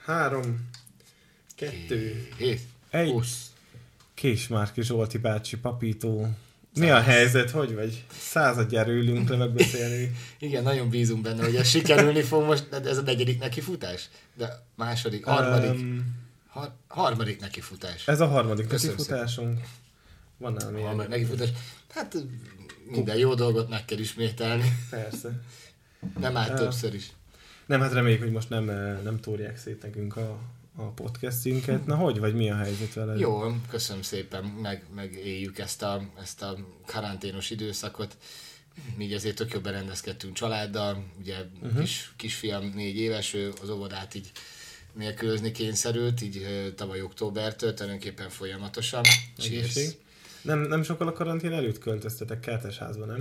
3, 2, 1. 20. Késmárki Zsolti bácsi, Papító. Mi a helyzet? Hogy vagy? 100-adjára ülünk le megbeszélni. Igen, nagyon bízunk benne, hogy ez sikerülni fog most. Ez a 4. nekifutás? De második, harmadik nekifutás. Ez a 3. nekifutásunk. Van nálam ilyen. Nekifutás. Hát minden jó dolgot meg kell ismételni. Persze. Nem áll többször is. Nem, hát reméljük, hogy most nem túrják szét nekünk a podcastünket. Na, hogy vagy, mi a helyzet veled? Jó, köszönöm szépen, megéljük ezt a karanténos időszakot. Mi azért tök jobban rendezkedtünk családdal, ugye kisfiam 4 éves, ő az óvodát így nélkülözni kényszerült, így tavaly októbertől, tulajdonképpen folyamatosan. Egészség. Nem sokkal a karantén előtt költöztetek kertesházba, nem?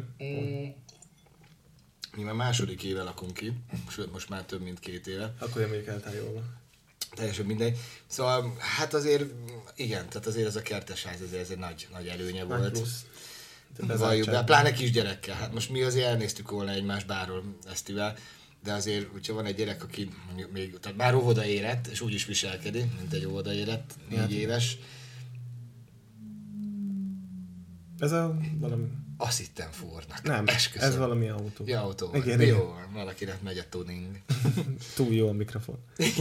Mi már második éve lakunk ki, sőt most már több mint 2 éve. Akkor emlékeltál jól. Teljesen mindegy. Szóval hát azért, igen, tehát azért ez a kertesház ez egy nagy előnye volt. Plusz. Valljuk be, pláne kisgyerekkel. Hát most mi azért elnéztük volna egymás bárról esztivel, de azért, hogyha van egy gyerek, aki még, tehát már óvoda érett, és úgy is viselkedik, mint egy óvoda érett, 4 éves. Ez a valami... Azt hittem Fordnak. Nem, esküszöm. Ez valami autó. Ja, autó. Igen, jó, valakinek megy a tuning. Túl jó a mikrofon.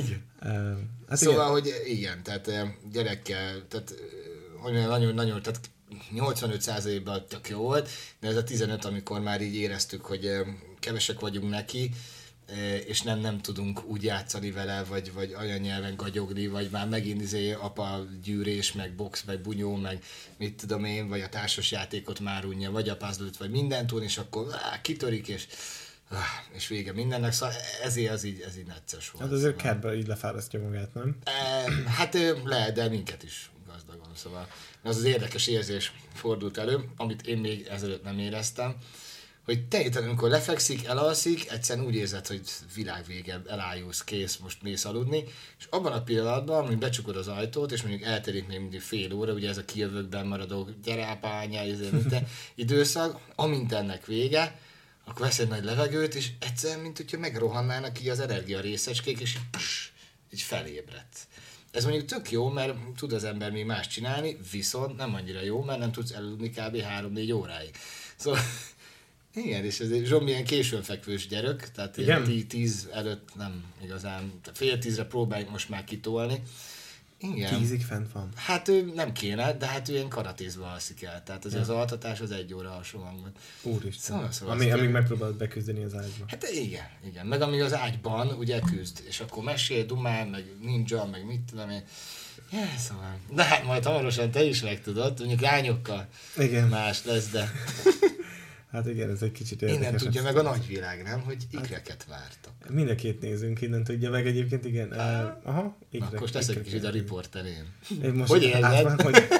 Hát szóval, hogy igen, tehát gyerekkel, tehát hogy nagyon, tehát 85%-ban tök jó volt, de ez a 15, amikor már így éreztük, hogy kevesek vagyunk neki, és nem tudunk úgy játszani vele, vagy anyanyelven gagyogni, vagy már megint apa gyűrés, meg box, meg bunyó, meg mit tudom én, vagy a társasjátékot már unja, vagy a puzzle-t, vagy mindent tud, és akkor kitörik, és vége mindennek, szóval ez így necces volt. Hát azért kertben így lefárasztja magát, nem? Hát lehet, de minket is gazdagon, szóval az érdekes érzés fordult elő, amit én még ezelőtt nem éreztem, hogy te amikor lefekszik, elalszik, egyszerűen úgy érzed, hogy világvége, elájulsz, kész, most mész aludni, és abban a pillanatban, amikor becsukod az ajtót, és mondjuk eltelik még mindig fél óra, ugye ez a kijövőkben maradó gyere apánya, időszak, amint ennek vége, akkor vesz egy nagy levegőt, és egyszerűen, mint hogyha megrohannának ki az energia részecskék, és így felébredt. Ez mondjuk tök jó, mert tud az ember még más csinálni, viszont nem annyira jó, mert nem tudsz elaludni kb. 3-4 óráig. Szóval igen, és ez Zsombi ilyen későn fekvős gyerek, tehát 10 előtt nem igazán, fél 10-re próbáljuk most már kitolni. Igen. 10-ig fent van. Hát ő nem kéne, de hát ő ilyen karatézva alszik el, tehát azért az altatás az 1 óra alsó hangot. Úristen, amíg megpróbálod beküzdeni az ágyba. Hát igen, meg amíg az ágyban ugye küzd, és akkor mesél, dumál, meg ninja, meg mit tudom én. Ja, szóval. De hát majd hamarosan te is megtudod, mondjuk lányokkal más lesz, de... Hát igen, ez egy kicsit érdekes. Innen tudja meg a nagyvilág, nem? Hogy ikreket vártak. Mind a két nézünk, innen tudja meg egyébként, igen. Aha, akkor most teszek kicsit a riporterén. Hogy érzed?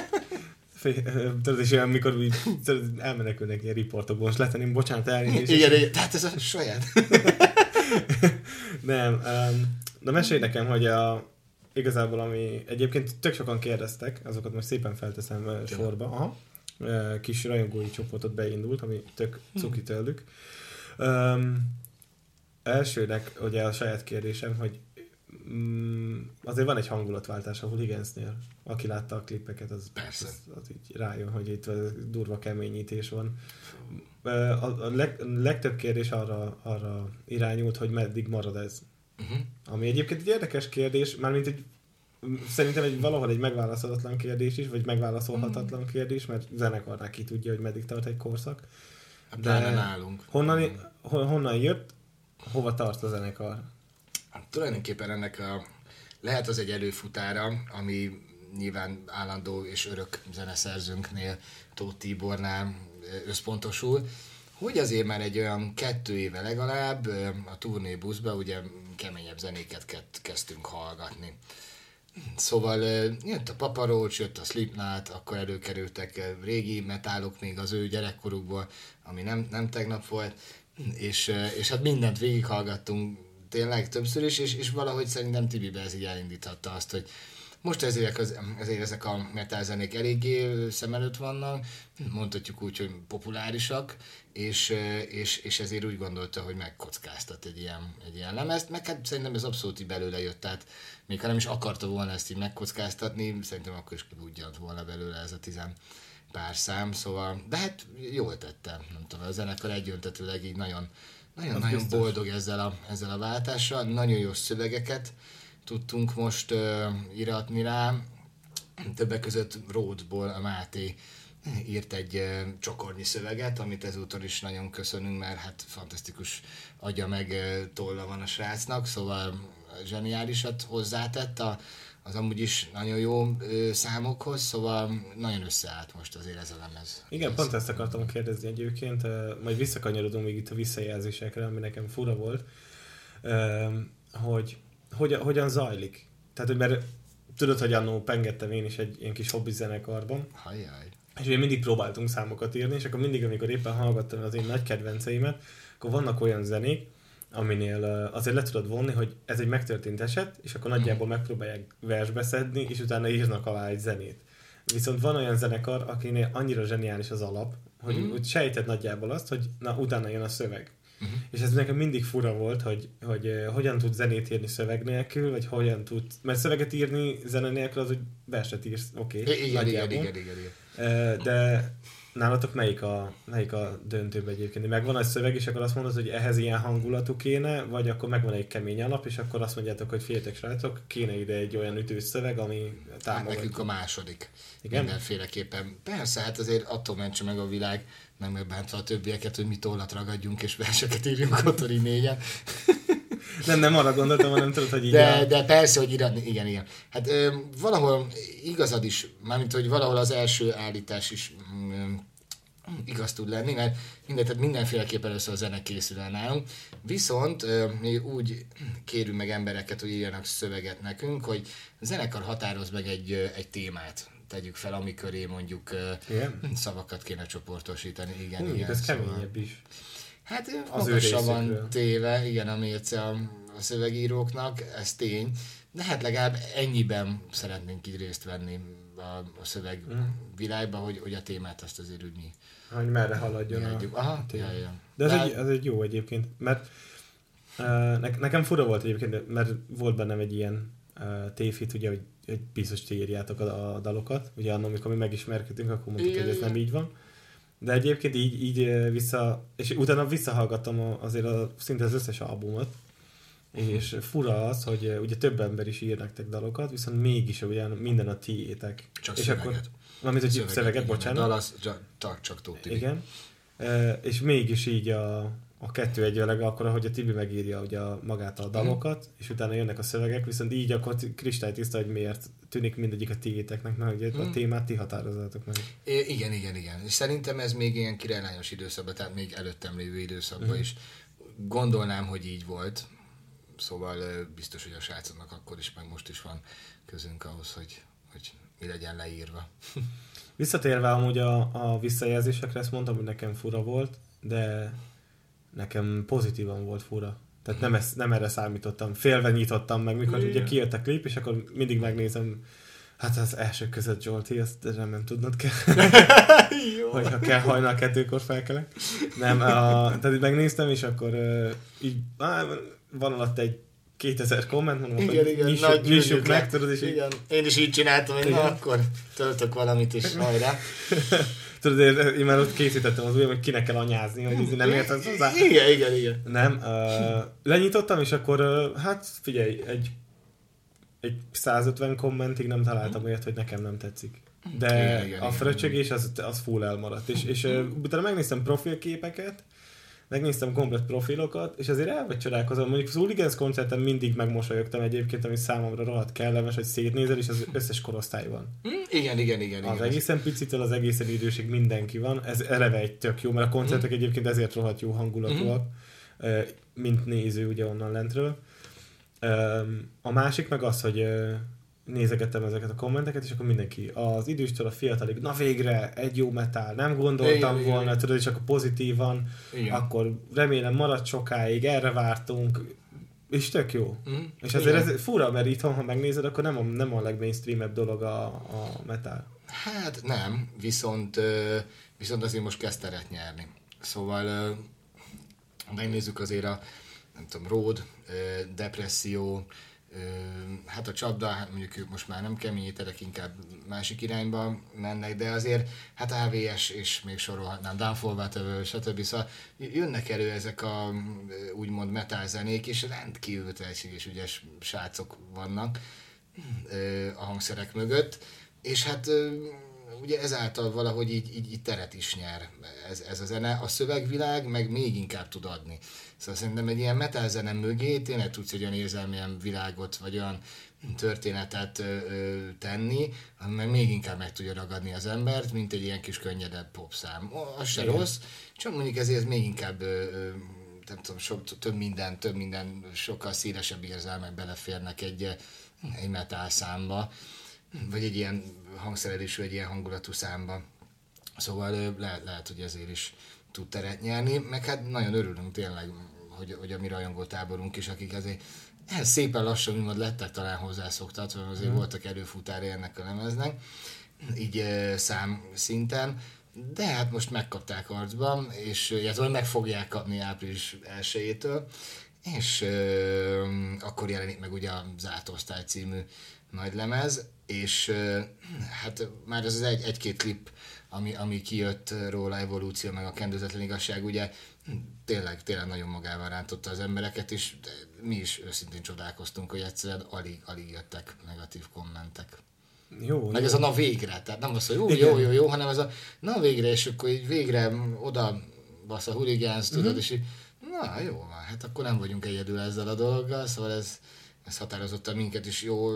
Tudod, és olyan, mikor úgy elmenekülnek ilyen riportokból, most letenném, bocsánat, elnézést. Igen, tehát ez a saját. Nem, de mesélj nekem, hogy igazából, ami egyébként tök sokan kérdeztek, azokat most szépen felteszem sorba. Aha. Kis rajongói csoportot beindult, ami tök cuki tőlük. Elsőnek ugye a saját kérdésem, hogy azért van egy hangulatváltás a Hooligans-nél. Aki látta a klippeket, az így rájön, hogy itt durva keményítés van. A legtöbb kérdés arra irányult, hogy meddig marad ez. Ami egyébként egy érdekes kérdés, mármint egy szerintem valahol egy megválaszolatlan kérdés is, vagy megválaszolhatatlan kérdés, mert zenekarnál ki tudja, hogy meddig tart egy korszak. De nálunk. Honnan jött, hova tart a zenekar? Hát, tulajdonképpen ennek lehet az egy előfutára, ami nyilván állandó és örök zeneszerzőnknél, Tóth Tibornál összpontosul, hogy azért már egy olyan 2 éve legalább a turnébuszba ugye keményebb zenéket kezdtünk hallgatni. Szóval jött a Papa Roach, jött a Slipknot, akkor előkerültek régi metálok még az ő gyerekkorukból, ami nem tegnap volt, és hát mindent végighallgattunk tényleg többször is, és valahogy szerintem Tibibe ez így elindíthatta azt, hogy Most ezért ezek a metal zenék eléggé szem előtt vannak, mondhatjuk úgy, hogy populárisak, és ezért úgy gondolta, hogy megkockáztat egy ilyen lemezt, meg hát szerintem ez abszolút így belőle jött, tehát még ha nem is akarta volna ezt így megkockáztatni, szerintem akkor is kibudjant volna belőle ez a 10 pár szám, szóval, de hát jól tette, nem tudom, a zenekar egyöntetőleg így nagyon boldog ezzel a váltással, nagyon jó szövegeket tudtunk most íratni rá, többek között Rhodesból a Máté írt egy csokornyi szöveget, amit ezúttal is nagyon köszönünk, mert hát fantasztikus agya meg tolla van a srácnak, szóval zseniálisat hozzátett az amúgy is nagyon jó számokhoz, szóval nagyon összeállt most azért ez a lemez. Igen, pont ezt akartam kérdezni egyébként, majd visszakanyarodom még itt a visszajelzésekre, ami nekem fura volt, hogy hogyan zajlik. Tehát, hogy mert tudod, hogy annó pengettem én is egy ilyen kis hobbi zenekarban, és ugye mindig próbáltunk számokat írni, és akkor mindig, amikor éppen hallgattam az én nagy kedvenceimet, akkor vannak olyan zenék, aminél azért le tudod vonni, hogy ez egy megtörtént eset, és akkor nagyjából megpróbálják versbe szedni, és utána írnak alá egy zenét. Viszont van olyan zenekar, akinél annyira zseniális az alap, hogy úgy sejted nagyjából azt, hogy na, utána jön a szöveg. És ez nekem mindig fura volt, hogy hogyan tud zenét írni szöveg nélkül, vagy hogyan tud, mert szöveget írni zene nélkül az, hogy verset írsz, oké. Igen. De nálatok melyik a döntőbb egyébként? Megvan egy szöveg, és akkor azt mondod, hogy ehhez ilyen hangulatú kéne, vagy akkor megvan egy kemény alap, és akkor azt mondjátok, hogy figyeljetek srácok, kéne ide egy olyan ütős szöveg, ami támogatja. Hát nekünk a második. Igen? Mindenféleképpen. Persze, hát azért attól mentse meg a világ, nem megbántva a többieket, hogy mi tollat ragadjunk, és verseket írjunk otthon így négyen. Nem arra gondoltam, hanem tudod, hogy így... De persze, hogy írni, igen. Hát valahol igazad is, mármint, hogy valahol az első állítás is igaz tud lenni, mert mindenféleképpen először a zene készül el nálunk. Viszont mi úgy kérünk meg embereket, hogy írjanak szöveget nekünk, hogy a zenekar határoz meg egy témát. Tegyük fel, amiköré mondjuk szavakat kéne csoportosítani. Igen, ez keményebb is. Hát magasra van téve, igen, a mérce a szövegíróknak, ez tény, de hát legalább ennyiben szeretnénk így részt venni a szöveg világban, hogy a témát azt azért úgy mi. Hogy merre haladjon a téma. De ez egy jó egyébként, mert nekem fura volt egyébként, mert volt bennem egy ilyen tévhit, ugye, hogy biztos ti írjátok a dalokat, ugye annak, amikor mi megismerkedtünk, akkor mondtuk, hogy ez nem így van. De egyébként így vissza, és utána visszahallgattam azért szinte az összes albumot, és fura az, hogy ugye több ember is ír nektek dalokat, viszont mégis ugyan minden a tiétek. Csak és szöveget. Akkor, valamint, hogy szöveget, bocsánat. A dal az csak Tóth Tibi. Igen. És mégis így a kettő egyőleg akkor, ahogy a Tibi megírja ugye magát a dalokat, és utána jönnek a szövegek, viszont így akkor kristálytiszta, hogy miért tűnik mindegyik a tiéteknek, mert ugye a témát ti határozzátok meg. Igen. És szerintem ez még ilyen királylányos időszakban, tehát még előttem lévő időszakban is. Gondolnám, hogy így volt. Szóval biztos, hogy a srácoknak akkor is, meg most is van közünk ahhoz, hogy mi legyen leírva. Visszatérve amúgy a visszajelzésekre, ezt mondtam, hogy nekem fura volt, de nekem pozitívan volt fura. Tehát nem erre számítottam. Félve nyitottam meg, mikor ugye kijött a klip, és akkor mindig megnézem, hát az elsők között Zsolti, ezt nem tudnod kell. Hogyha kell hajnal 2-kor felkelek. Nem, tehát megnéztem, és akkor így van alatt egy 2000 komment, mondom, igen, nyissuk meg, tudod, és igen. Én is így csináltam, hogy na, akkor töltök valamit, és hajrá. Tudod, én már ott készítettem az ujjam, hogy kinek kell anyázni, hogy nem érted hozzá. Igen. Nem, lenyitottam, és akkor, hát figyelj, egy 150 kommentig nem találtam olyat, hogy nekem nem tetszik. De igen, a fröccsögés az full elmaradt. És utána megnéztem profilképeket, megnéztem komplet profilokat, és azért el vagy csodálkozom. Mondjuk az Hooligans koncerten mindig megmosolyogtam egyébként, ami számomra rohadt kellemes, hogy szétnézel, és az összes korosztály van. Igen. Az egészen picitől az egészen idősig mindenki van. Ez eleve egy tök jó, mert a koncertek egyébként ezért rohadt jó hangulatúak, mint néző ugye onnan lentről. A másik meg az, hogy nézegettem ezeket a kommenteket, és akkor mindenki az időstől a fiatalig, na végre, egy jó metal, nem gondoltam volna, tudod, és akkor pozitívan, akkor remélem marad sokáig, erre vártunk, És tök jó. És azért ez fura, mert itthon, ha megnézed, akkor nem a legmainstreamebb dolog a metal. Hát nem, viszont azért most kezd teret nyerni. Szóval megnézzük azért nem tudom, Road, Depresszió, hát a csapda, hát mondjuk ők most már nem keményítenek, inkább másik irányba mennek, de azért hát AVS és még sorolhatnám, Downfall Whatever, stb. Szóval jönnek elő ezek a úgymond metal zenék, és rendkívül tehetséges, ügyes srácok vannak a hangszerek mögött, és hát ugye ezáltal valahogy így teret is nyer ez a zene. A szövegvilág meg még inkább tud adni. Szóval szerintem egy ilyen metal zene mögé tényleg tudsz egy olyan érzelmilyen világot, vagy olyan történetet tenni, ami meg még inkább meg tudja ragadni az embert, mint egy ilyen kis könnyedebb popszám. Az se rossz, csak mondjuk ezért még inkább nem tudom, több minden, sokkal szélesebb érzelmek beleférnek egy metal számba, vagy egy ilyen hangszerelésű, egy ilyen hangulatú számba. Szóval lehet, hogy ezért is tud teret nyerni, meg hát nagyon örülünk tényleg, hogy a mi rajongó táborunk is, akik azért szépen lassan úgymond lettek talán hozzászoktatva, azért voltak előfutárai ennek a lemeznek, így szám szinten, de hát most megkapták arcban, és illetve meg fogják kapni április 1-től, és akkor jelenik meg ugye a Zárt Osztály című nagy lemez, és hát már ez az egy-két klip, ami kijött róla, Evolúció, meg a Kendőzetlen igazság, ugye tényleg nagyon magával rántotta az embereket, és mi is őszintén csodálkoztunk, hogy egyszerűen alig jöttek negatív kommentek. Jó, meg jó. Ez a na végre, tehát nem az, hogy jó, hanem ez a na végre, és akkor így végre oda basz a Hooligans, tudod, és így na jó van, hát akkor nem vagyunk egyedül ezzel a dologgal, szóval ez határozottan minket is jó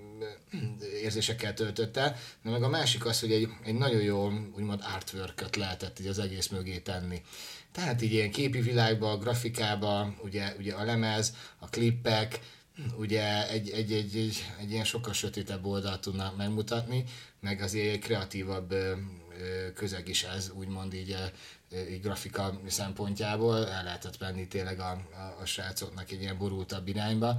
érzésekkel töltött el, de meg a másik az, hogy egy nagyon jó úgymond artwork-öt lehetett így az egész mögé tenni. Tehát így ilyen képi világba, a grafikába, ugye a lemez, a klippek, ugye egy ilyen sokkal sötétebb oldalt tudnak megmutatni, meg azért kreatívabb közeg is ez, úgymond így grafika szempontjából el lehetett venni tényleg a srácoknak egy ilyen borultabb irányba,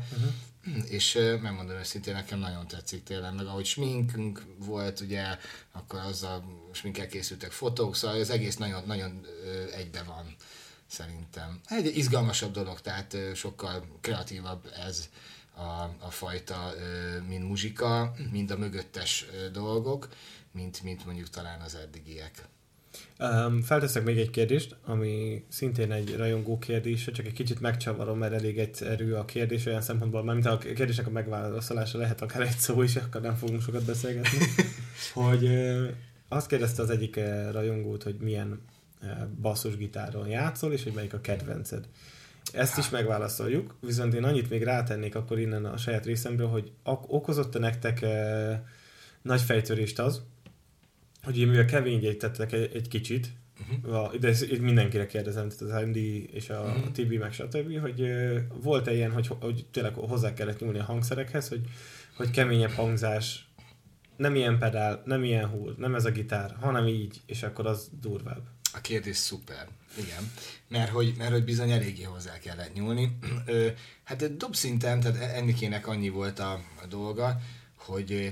és megmondom őszintén, nekem nagyon tetszik tényleg, meg ahogy sminkünk volt, ugye, akkor azzal sminkkel készültek fotók, szóval az egész nagyon egybe van szerintem. Egy izgalmasabb dolog, tehát sokkal kreatívabb ez a fajta, mind muzsika, mind a mögöttes dolgok, mint mondjuk talán az eddigiek. Felteszek még egy kérdést, ami szintén egy rajongó kérdése, csak egy kicsit megcsavarom, mert elég egyszerű a kérdés olyan szempontból, mert a kérdésnek a megválaszolása lehet akár egy szó is, akkor nem fogunk sokat beszélgetni, hogy azt kérdezte az egyik rajongót, hogy milyen basszusgitáron játszol, és hogy melyik a kedvenced. Ezt is megválaszoljuk, viszont én annyit még rátennék akkor innen a saját részemről, hogy okozott-e nektek nagy fejtörést az, hogy én mivel kevésbé tettek egy kicsit, de itt mindenkire kérdezem, tehát az Andy és a Tibi meg stb., hogy volt-e ilyen, hogy tényleg hozzá kellett nyúlni a hangszerekhez, hogy keményebb hangzás, nem ilyen pedál, nem ilyen hull, nem ez a gitár, hanem így, és akkor az durvább. A kérdés szuper, igen, mert hogy bizony eléggé hozzá kellett nyúlni. Hát dobszinten, tehát Ennikének annyi volt a dolga, hogy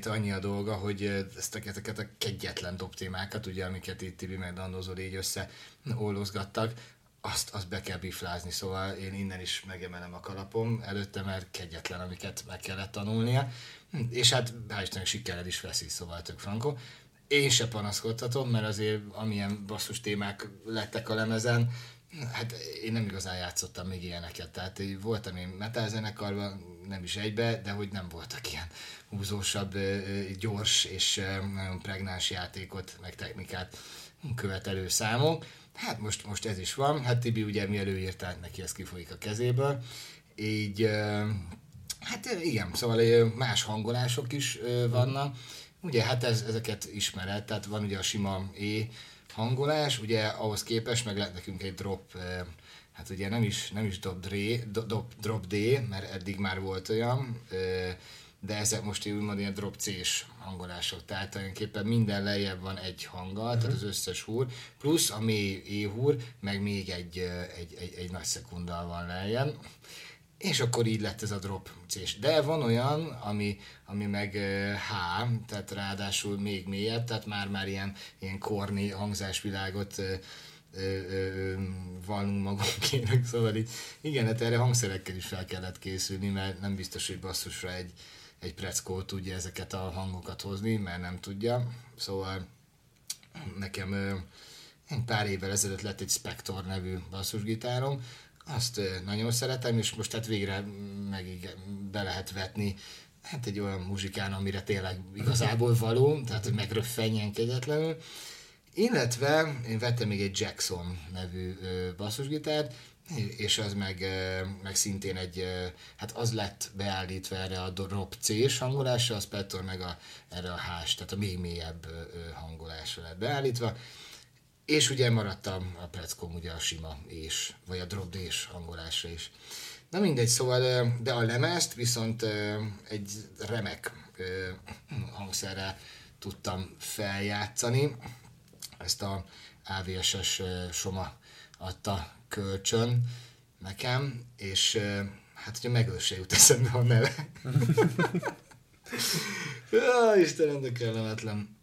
ezeket a kegyetlen dobtémákat, ugye, amiket itt Tibi meg Dandó Zoli így összeollózgattak, azt be kell biflázni, szóval én innen is megemelem a kalapom előtte, mert kegyetlen, amiket meg kellett tanulnia, és hát hál' Istennek sikerrel is veszi, szóval tök frankó. Én se panaszkodhatom, mert azért amilyen basszus témák lettek a lemezen, hát én nem igazán játszottam még ilyeneket, tehát voltam én metal zenekarban, nem is egybe, de hogy nem voltak ilyen húzósabb, gyors és nagyon pregnáns játékot, meg technikát követelő számok. Hát most ez is van, hát Tibi ugye mi előírták neki, ez kifolyik a kezéből, így hát igen, szóval más hangolások is vannak. Ugye hát ezeket ismered, tehát van ugye a sima E hangolás, ugye ahhoz képest meg lett nekünk egy drop, hát ugye nem is drop D, mert eddig már volt olyan, de ezek most úgymond ilyen drop C-s hangolások, tehát tulajdonképpen minden lejjebb van egy hanggal, tehát az összes húr, plusz a mély E húr, meg még egy nagy szekundal van lejjebb. és akkor így lett ez a drop C-s. De van olyan, ami meg H, tehát ráadásul még mélyebb, tehát már ilyen korni hangzásvilágot vallunk magunkének, szóval így, igen, hát erre hangszerekkel is fel kellett készülni, mert nem biztos, hogy basszusra egy preckó tudja ezeket a hangokat hozni, mert nem tudja. Szóval nekem egy pár évvel ezelőtt lett egy Spector nevű basszusgitárom, azt nagyon szeretem, és most hát végre meg be lehet vetni hát egy olyan muzsikán, amire tényleg igazából való, tehát hogy megröffenjen kegyetlenül. Illetve én vettem még egy Jackson nevű basszusgitárt, és az meg szintén hát az lett beállítva erre a drop C-s hangolásra, a Spector meg erre a H-s, tehát a még mélyebb hangolásra lett beállítva. És ugye maradt a Pretzkom ugye a sima vagy a drop D-s hangolásra is. Na mindegy, szóval, de a lemezt viszont egy remek hangszerrel tudtam feljátszani. Ezt a AVS-es Soma adta kölcsön nekem, és hát ugye megöl se jut eszembe a neve. Istenem, de kellemetlen.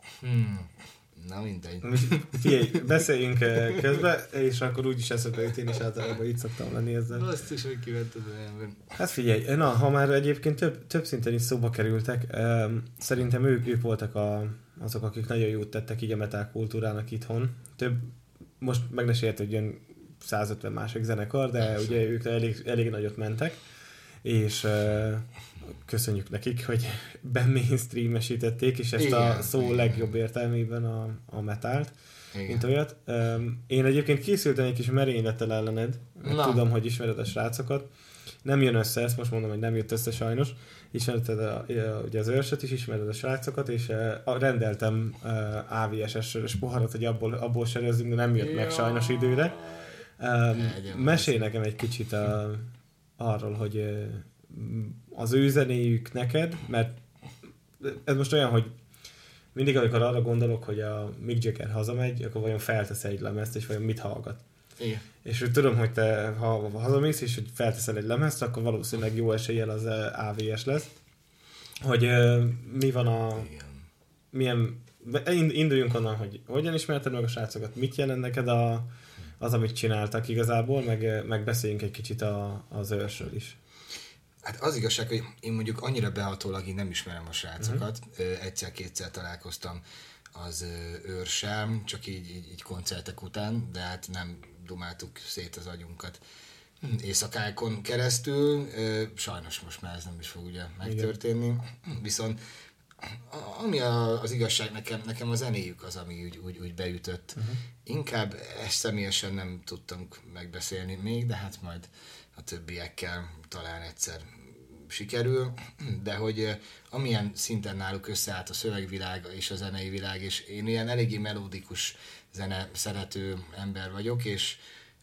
Na mindegy. Figyelj, beszéljünk közben, és akkor úgyis eszembe jut, én is általában így szoktam lenni ezzel. Azt is, hogy kivetted az ember. Hát figyelj, na, ha már egyébként több szinten is szóba kerültek, szerintem ők voltak azok, akik nagyon jót tettek így a metal kultúrának itthon. Most meg ne sértődjön 150 másik zenekar, de ugye ők elég nagyot mentek, és köszönjük nekik, hogy mainstreamesítették, és ezt a szó legjobb értelmében a metált, mint olyat. Én egyébként készültem egy kis merénylettel ellened, tudom, hogy ismered a srácokat. Nem jön össze, ezt most mondom, hogy nem jött össze sajnos. Ismered ugye az őrsöt is, ismered a srácokat, és rendeltem AVS-es poharat, hogy abból serőzzünk, de nem jött meg sajnos időre. Mesélj nekem egy kicsit arról, hogy az ő zenéjük neked, mert ez most olyan, hogy mindig, amikor arra gondolok, hogy a Mick Jagger hazamegy, akkor vajon feltesz egy lemezt, és vajon mit hallgat. Igen. És úgy tudom, hogy te, ha hazamész, és hogy felteszel egy lemezt, akkor valószínűleg jó eséllyel az AVS lesz. Hogy mi van induljunk onnan, hogy hogyan ismerted meg a srácokat, mit jelent neked az, amit csináltak igazából, meg beszéljünk egy kicsit az őrsről is. Hát az igazság, hogy én mondjuk annyira behatólag én nem ismerem a srácokat. Egyszer-kétszer találkoztam az őrsel, csak így koncertek után, de hát nem dumáltuk szét az agyunkat éjszakákon keresztül. Sajnos most már ez nem is fog ugye megtörténni. Igen. Viszont ami az igazság, nekem a zenéjük az, ami úgy beütött. Inkább ezt személyesen nem tudtunk megbeszélni még, de hát majd a többiekkel talán egyszer sikerül, de hogy amilyen szinten náluk összeállt a szövegvilág és a zenei világ, és én ilyen eléggé melódikus zene szerető ember vagyok, és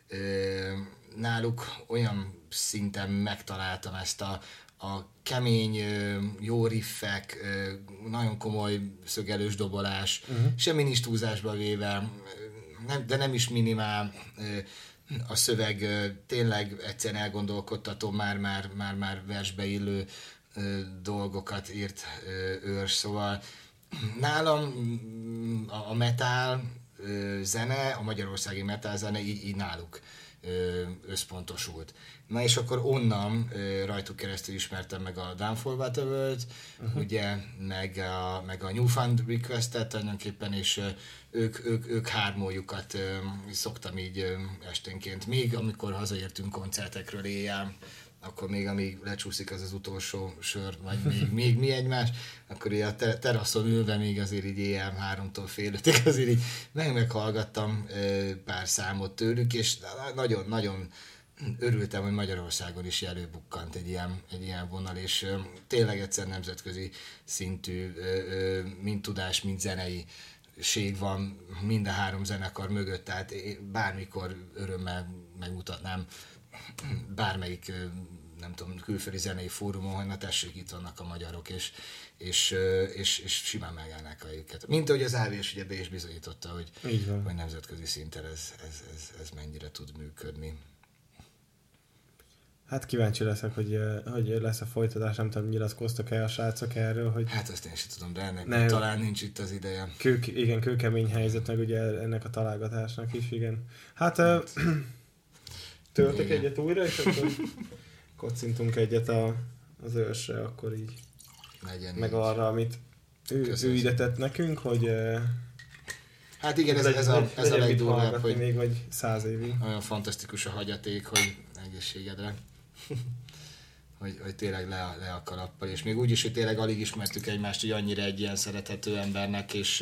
náluk olyan szinten megtaláltam ezt a kemény, jó riffek, nagyon komoly szögelős dobolás, semmi nincs túlzásba véve, de nem is minimál, a szöveg tényleg egyszerűen elgondolkodtató, már versbe illő dolgokat írt őrs, szóval nálam a metal zene, a magyarországi metal zene így náluk összpontosult. Na és akkor onnan rajtuk keresztül ismertem meg a Downfall Waterworld, ugye, meg a Newfound Request-et tulajdonképpen, és ők hármójukat szoktam így esténként. Még amikor hazaértünk koncertekről éjjel, akkor még amíg lecsúszik az utolsó sör, vagy még mi egymás, akkor így a teraszon ülve még azért így éjjel 3-tól fél 5-ig azért így meghallgattam pár számot tőlük, és nagyon örültem, hogy Magyarországon is előbukkant egy ilyen vonal, és tényleg egyszer nemzetközi szintű mind tudás, mind zenei ség van mind a három zenekar mögött, tehát bármikor örömmel megmutatnám bármelyik nem tudom, külföldi zenei fórumon, hogy na tessék, itt vannak a magyarok, és simán megállnák a őket. Mint ahogy az AVS ugye be is bizonyította, hogy nemzetközi szinten ez mennyire tud működni. Hát kíváncsi leszek, hogy lesz a folytatás, nem tudom, nyilatkoztak-e a srácok erről, hogy... Hát azt én sem tudom, de ennek talán nincs itt az ideje. Igen, kőkemény helyzet, meg ugye ennek a találgatásnak is, igen. Hát töltök egyet újra, és akkor kocintunk egyet az őrsre, akkor így. Legyen meg így. arra, amit ő ide tett nekünk, hogy... Hát igen, ez a legdurvább, hogy még vagy 100 évig. Olyan fantasztikus a hagyaték, hogy egészségedre. hogy tényleg le a kalappal, és még úgy is, hogy tényleg alig ismertük egymást, hogy annyira egy ilyen szerethető embernek, és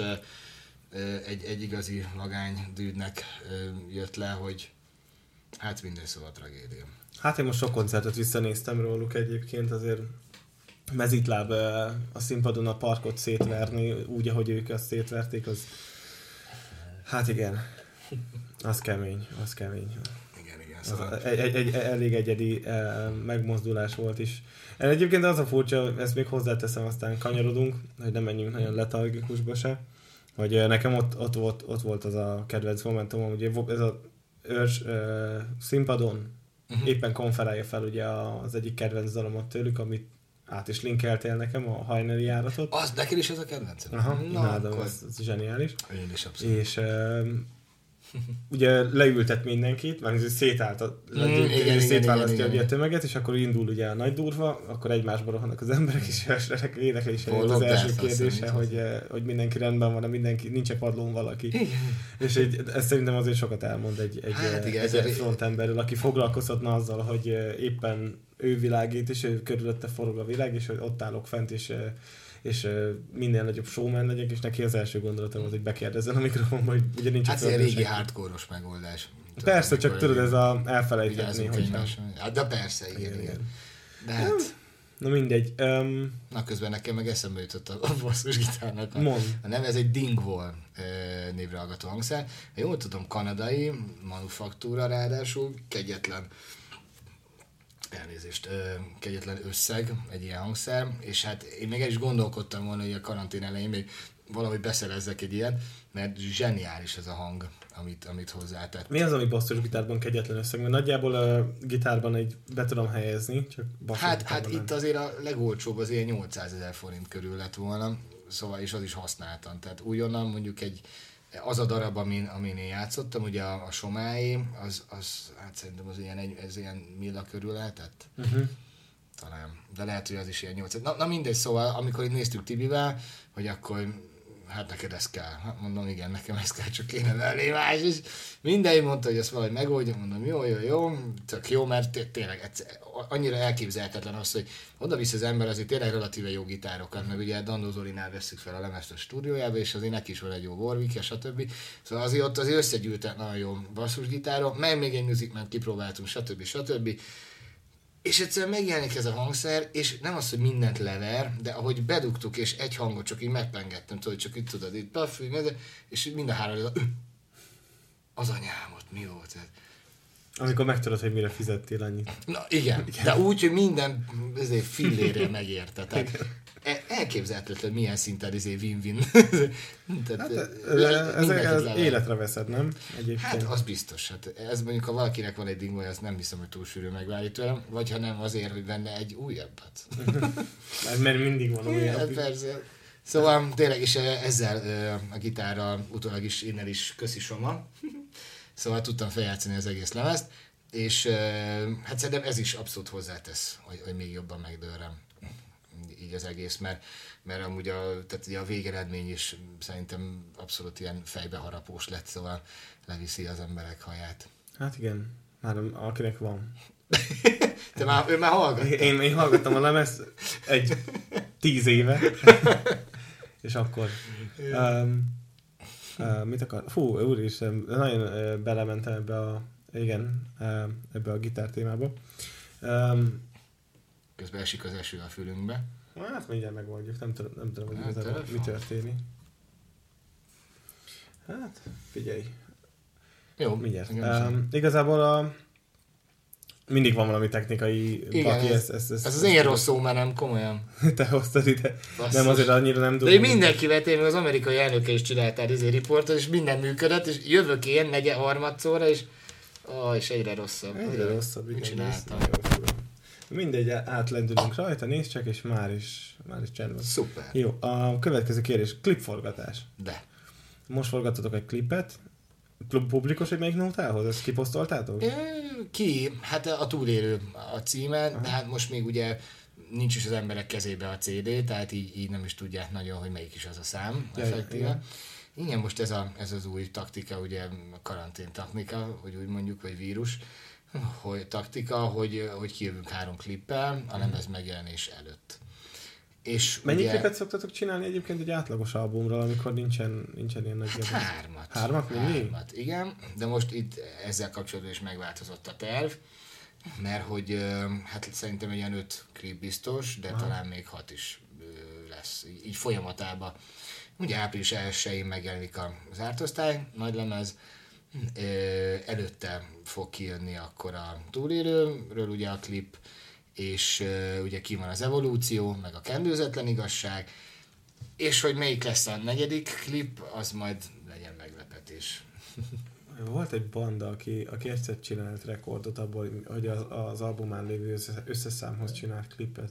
egy igazi vagány dűdnek jött le, hogy hát minden szóval tragédia. Hát én most sok koncertet visszanéztem róluk egyébként, azért mezitláb a színpadon a parkot szétverni, úgy, ahogy ők azt szétverték, az... Hát igen, az kemény. Igen, szóval... Egy elég egyedi megmozdulás volt is. Egyébként az a furcsa, ezt még hozzáteszem, aztán kanyarodunk, hogy nem menjünk nagyon letargikusba se, hogy nekem ott volt az a kedvenc momentumom, ugye ez a őrs színpadon éppen konferálja fel ugye az egyik kedvenc dalomat tőlük, amit át is linkeltél nekem, a hajnali járatot. Az, neked is ez a kedvencem? Aha, imádom, ez zseniális. Én is abszolút. És ugye leültet mindenkit, meg szétválasztja a tömeget, és akkor indul ugye a nagy durva, akkor egymásba rohannak az emberek, és énekel is az első kérdése, hogy mindenki rendben van, mindenki, nincs-e padlón valaki. Igen. És ez szerintem azért sokat elmond egy frontemberről, aki foglalkozhatna azzal, hogy éppen ő világít, és ő körülötte forog a világ, és hogy ott állok fent, és minél nagyobb showman legyek, és neki az első gondolatom az, hogy bekérdezzen a mikrofonba, hogy ugye nincs hát ez egy régi hardcore-os megoldás. Persze, csak tudod, ez elfelejtetni, hogy... Hát de persze, igen. De hát... Na mindegy. Na közben nekem meg eszembe jutott a basszusgitárnak a neve, ez egy Dingwall névre hallgató hangszer. Jól tudom, kanadai manufaktúra, ráadásul kegyetlen összeg, egy ilyen hangszer, és hát én még el is gondolkodtam volna, hogy a karantén elején még valahogy beszerezzek egy ilyet, mert zseniális ez a hang, amit hozzátett. Mi az, ami basszusgitárban kegyetlen összeg? Mert nagyjából a gitárban be tudom helyezni, csak hát itt azért a legolcsóbb az ilyen 800 000 forint körül lett volna, szóval és az is használtan. Tehát újonnan mondjuk az a darab, amin én játszottam, ugye a Somáé, az hát szerintem ez ilyen milla körül lehetett. Talán. De lehet, hogy az is ilyen 800. Na mindegy, szóval amikor itt néztük Tibivel, hogy akkor hát neked ez kell. Hát mondom, igen, nekem ez kell, csak kéne venni más is. Mindenki mondta, hogy ezt valahogy megoldja, mondom, jó, tök jó, mert tényleg annyira elképzelhetetlen az, hogy oda-visz az ember azért tényleg relatíve jó gitárokat, meg ugye Dandó Zorinál vesszük fel a lemezt a stúdiójába, és azért neki is van egy jó Warwick-je, stb. Szóval azért ott azért összegyűltek nagyon jó basszusgitárok, meg még egy Musicman kipróbáltunk, stb. És egyszerűen megjelenik ez a hangszer, és nem az, hogy mindent lever, de ahogy bedugtuk, és egy hangot csak így megpengettem, tudod, csak itt tudod, itt és mind a három, az anyámot, mi volt ez? Amikor megtudod, hogy mire fizettél annyit. Na igen. De úgy, hogy minden fillére megérte. Tehát elképzelhetetlen, milyen szinten win-win. Ez életre veszed, nem? Egyébként. Hát az biztos. Hát ez mondjuk, ha valakinek van egy Dingwall, azt nem hiszem, hogy túl sűrű megválni tőlem, vagy ha nem azért, hogy venne egy újabbat. Mert mindig van újabb. Hát persze. Szóval tényleg is ezzel a gitárral utólag is innen is köszi Soma. Szóval tudtam feljátszani az egész lemezt, és hát szerintem ez is abszolút hozzátesz, hogy még jobban megdőlrem így az egész, mert amúgy tehát ugye a végeredmény is szerintem abszolút ilyen fejbeharapós lett, szóval leviszi az emberek haját. Hát igen, már akinek van. Ő már hallgatta? Én hallgattam a lemezt 10 éve, és akkor... mit akar? Fú, úristen, nagyon belementem ebbe a gitár témába. Közben esik az eső a fülünkbe. Hát mindjárt megoldjuk, nem tudom, hogy igazából mi történik. Hát, figyelj. Jó. Mindjárt. Igazából mindig van valami technikai baki. Ez az én rossz szó, mert nem komolyan. Te hoztad ide. Basszus. Nem azért annyira nem tudom. De mindenkivel tényleg az amerikai elnöke is csináltál riportot, és minden működött, és jövök én harmadszorra, és És egyre rosszabb. Egyre rosszabb, igen. Csináltam. Mindegy, átlendülünk rajta, nézd csak, és már is csendben. Szuper. Jó, a következő kérdés, klipforgatás. De. Most forgattatok egy klipet, publikus, hogy melyik nótához? Ezt kiposztoltátok? Hát a túlélő a címe, de hát most még ugye nincs is az emberek kezébe a CD, tehát így nem is tudják nagyon, hogy melyik is az a szám. Effektíve. Igen, most ez az új taktika, ugye a karantén taktika, hogy úgy mondjuk, vagy vírus, hogy taktika, hogy kijövünk 3 klippel, a lemez megjelenés előtt. És mennyi ugye, klipet szoktatok csinálni egyébként egy átlagos albumról, amikor nincsen ilyen nagy hát 3. 3 mindig? 3, igen, de most itt ezzel kapcsolatban is megváltozott a terv, mert hogy hát szerintem egy ilyen 5 klip biztos, de talán még 6 is lesz, így folyamatában. Ugye április 1-én megjelenik az ártosztály, nagylemez, előtte fog kijönni akkor a túlélőről ugye a klip, és ugye ki van az evolúció, meg a kendőzetlen igazság, és hogy melyik lesz a 4. klip, az majd legyen meglepetés. Volt egy banda, aki egyszer csinált rekordot abból, hogy az albumán lévő összeszámhoz csinált klipet.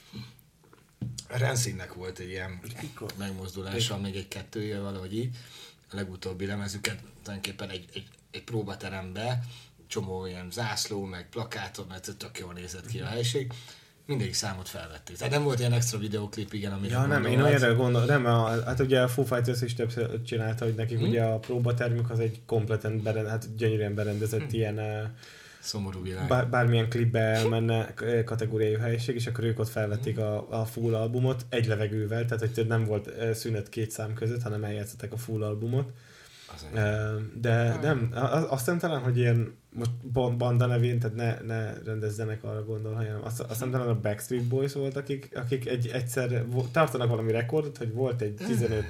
Rancidnek volt egy ilyen megmozdulása, még egy 2 éve valahogy így. A legutóbbi lemezüket tulajdonképpen egy próbaterembe, csomó ilyen zászló, meg plakátot, mert tök jól nézett ki a helység. Mindegyik számot felvették. Tehát nem volt ilyen extra videóklip, igen, amire nem, én olyanra gondolom, hát ugye a Foo Fighters is többször csinálta, hogy nekik ugye a próbatermük az egy kompletten gyönyörűen berendezett ilyen szomorú világ. Bármilyen klipbe elmenne kategóriájú helyiség, és akkor ők ott felvették a full albumot egy levegővel, tehát hogy nem volt szünet 2 szám között, hanem eljátszották a full albumot. De nem, azt nem talán, hogy ilyen most banda nevén, tehát ne rendezzenek arra gondol, hanem azt hiszem talán a Backstreet Boys volt, akik egyszer tartanak valami rekordot, hogy volt egy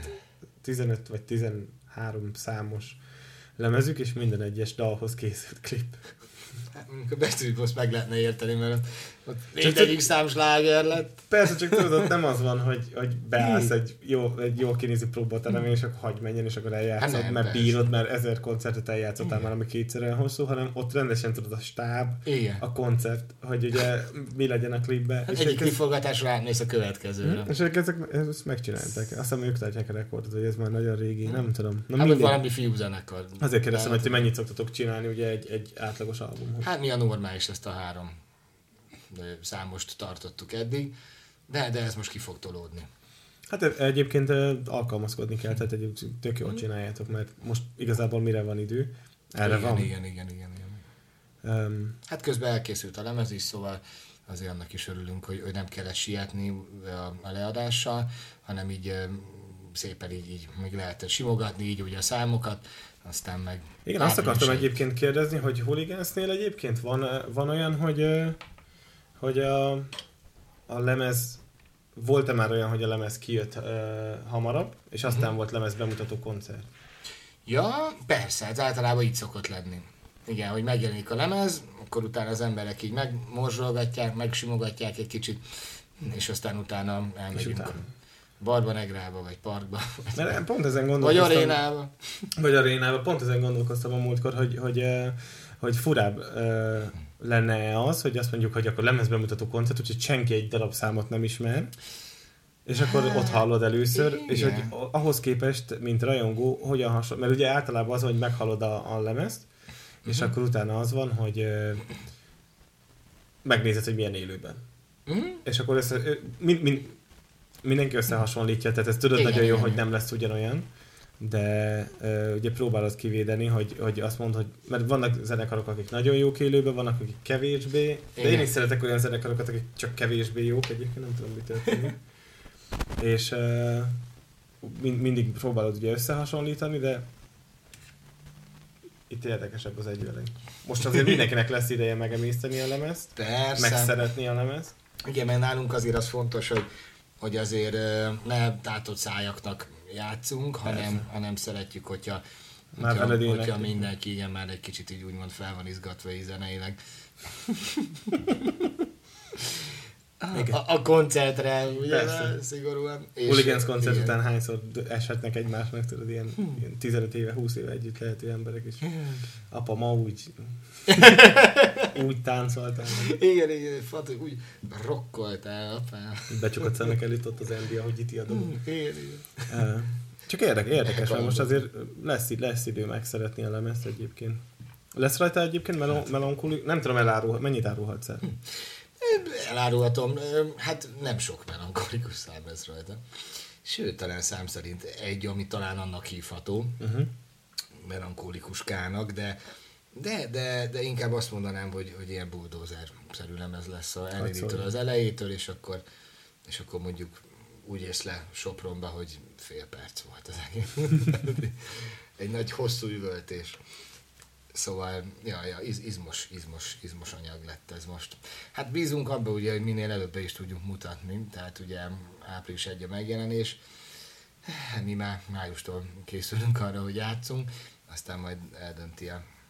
15 vagy 13 számos lemezük, és minden egyes dalhoz készült klip. A Backstreet Boys meg lehetne érteni, mert ott 4. szám sláger lett. Persze, csak tudod, nem az van, hogy beállsz egy jól kinéző próbateremben, és akkor hagyj menjen, és akkor eljátszod, hát mert bírod, mert 1000 koncertet eljátszottál már, ami 2-szer olyan hosszú, hanem ott rendesen tudod a stáb, a koncert, hogy ugye mi legyen a klipbe. Hát egyik klipforgatásra átmész a következőre. És ezt megcsinálták. Azt hiszem, ők tartják a rekordot, hogy ez már nagyon régi, nem tudom. Hát valami fiúzenekar. Azért kérdeztem, hogy ti mennyit szoktatok csinálni ugye egy átlagos albumhoz. Hát mi a normális ezt a 3 számost tartottuk eddig, de ez most ki fog tolódni. Hát egyébként alkalmazkodni kell, tehát tök jól csináljátok, mert most igazából mire van idő? Erre igen, van? Igen. Hát közben elkészült a lemez is, szóval azért annak is örülünk, hogy nem kellett sietni a leadással, hanem így szépen így még lehetett simogatni így ugye a számokat, aztán meg... Igen, azt akartam egyébként kérdezni, hogy Hooligans-nél egyébként van olyan, hogy a lemez, volt-e már olyan, hogy a lemez kijött hamarabb, és aztán volt lemez bemutató koncert? Ja, persze, ez általában így szokott lenni. Igen, hogy megjelenik a lemez, akkor utána az emberek így megmorzsolgatják, megsimogatják egy kicsit, és aztán utána elmegyünk Barba Negrába, vagy parkba. Mert pont ezen gondolkoztam. Vagy arénába. Pont ezen gondolkoztam a múltkor, hogy furább lenne az, hogy azt mondjuk, hogy akkor lemezbemutató koncert, úgyhogy senki egy darab számot nem ismer, és akkor ott hallod először, és hogy ahhoz képest, mint rajongó, hogyan hasonló, mert ugye általában az, hogy meghallod a lemezt, és akkor utána az van, hogy megnézed, hogy milyen élőben. És akkor mindenki összehasonlítja, tehát ez tudod nagyon jó, hogy nem lesz ugyanolyan, de ugye próbálod kivédeni, hogy azt mondd, hogy mert vannak zenekarok, akik nagyon jók élőben, vannak, akik kevésbé, de én is szeretek olyan zenekarokat, akik csak kevésbé jók, egyébként nem tudom, mi történik. És mindig próbálod ugye összehasonlítani, de itt érdekesebb az egyveleg. Most azért mindenkinek lesz ideje megemészteni a lemezt, megszeretni a lemezt. Igen, mert nálunk azért az fontos, hogy azért ne tátott szájaknak játszunk, hanem szeretjük, hogyha mindenki igen, már egy kicsit így úgymond fel van izgatva így zeneileg. A koncertre, ugye, szigorúan. Hooligans koncert után hányszor eshetnek egymásnak, tudod, ilyen 15 éve, 20 éve együtt lehető emberek is. Apa ma úgy táncoltál. Igen, úgy rokkoltál, apám. Becsukott szemek előtt ott az Andy, ahogy itt a dolog. Igen. Csak érdekes, mert most azért lesz idő megszeretni a lemezt egyébként. Lesz rajta egyébként melankoli? Nem tudom, mennyit árulhatsz el? Elárulhatom, hát nem sok melankolikus szám lesz rajta. Sőt, talán szám szerint egy, ami talán annak hívható, melankolikuskának, de inkább azt mondanám, hogy ilyen bulldozer-szerű lemez lesz elindítól az elejétől, és akkor mondjuk úgy ész le Sopronba, hogy fél perc volt az egész. Egy nagy hosszú üvöltés. Szóval, izmos anyag lett ez most. Hát bízunk abba, ugye, hogy minél előbb be is tudjuk mutatni, tehát ugye április 1 a megjelenés. Mi már májustól készülünk arra, hogy játszunk, aztán majd eldönti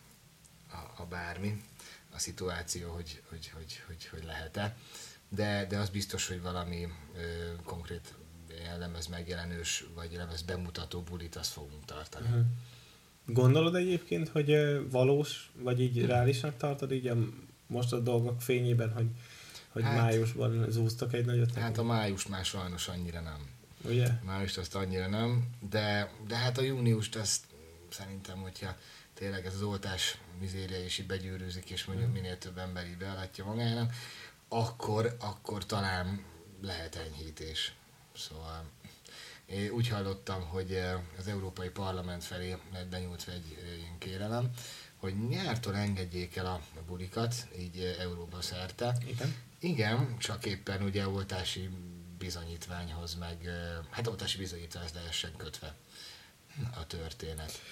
a bármi, a szituáció, hogy lehet-e. De az biztos, hogy valami konkrét lemez megjelenős, vagy lemez bemutató bulit, azt fogunk tartani. Gondolod egyébként, hogy valós, vagy így reálisnak tartod így most a dolgok fényében, hogy májusban zúztak egy nagyot? Hát a május már sajnos annyira nem. Ugye? Májust azt annyira nem, de hát a júniust azt szerintem, hogyha tényleg ez az oltás mizéria is így begyűrűzik, és mondjuk minél több ember így bealatja magának, akkor talán lehet enyhítés. Szóval én úgy hallottam, hogy az Európai Parlament felé lett benyújtva egy ilyen kérelem, hogy nyártól engedjék el a bulikat, így Európa szerte. Igen, csak éppen ugye oltási bizonyítványhoz, hát oltási bizonyítványhoz lehessen kötve a történet.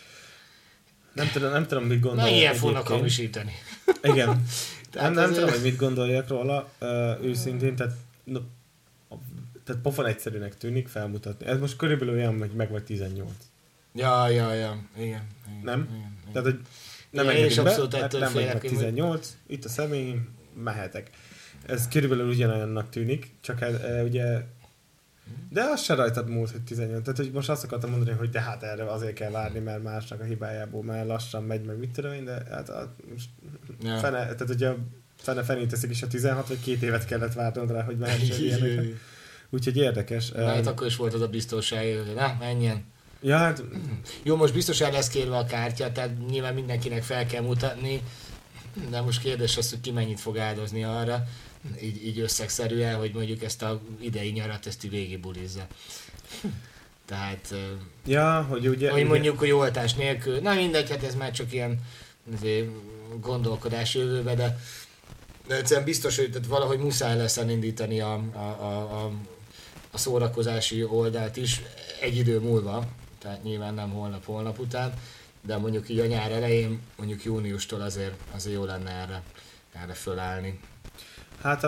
Nem tudom, mit gondolják. Na, ilyen fognak hamisítani. Igen. Nem tudom, hogy mit gondoljak róla, őszintén, tehát pofon egyszerűnek tűnik felmutatni. Ez most körülbelül olyan, hogy meg vagy 18. Ja, igen. Nem? Igen. Tehát, hogy nem engedünk be, hát nem vagy meg 18, itt a személy, mehetek. Ez körülbelül ugyanolyannak tűnik, csak ugye... De az se rajtad múlt, hogy 18. Tehát, hogy most azt akartam mondani, hogy de hát erre azért kell várni, mert másnak a hibájából már lassan megy, meg mit tudom én, de hát most tehát ugye fenét teszik is a 16, vagy 2 évet kellett várnod rá, hogy mehessen ilyenekre. Úgyhogy érdekes. Hát akkor is volt az a biztonság, hogy na, menjen. Ja, hát... Jó, most biztosan lesz kérve a kártya, tehát nyilván mindenkinek fel kell mutatni, de most kérdés az, hogy ki mennyit fog áldozni arra, így összegszerűen, hogy mondjuk ezt a idei nyarat, ezt így végigbulizza. Tehát... Ja, hogy ugye... Hogy mondjuk, hogy oltás nélkül, na mindegy, hát ez már csak ilyen gondolkodás jövőbe, de egyszerűen biztos, hogy tehát valahogy muszáj lesz elindítani a szórakozási oldalt is egy idő múlva, tehát nyilván nem holnap után, de mondjuk így a nyár elején, mondjuk júniustól azért jó lenne erre fölállni. Hát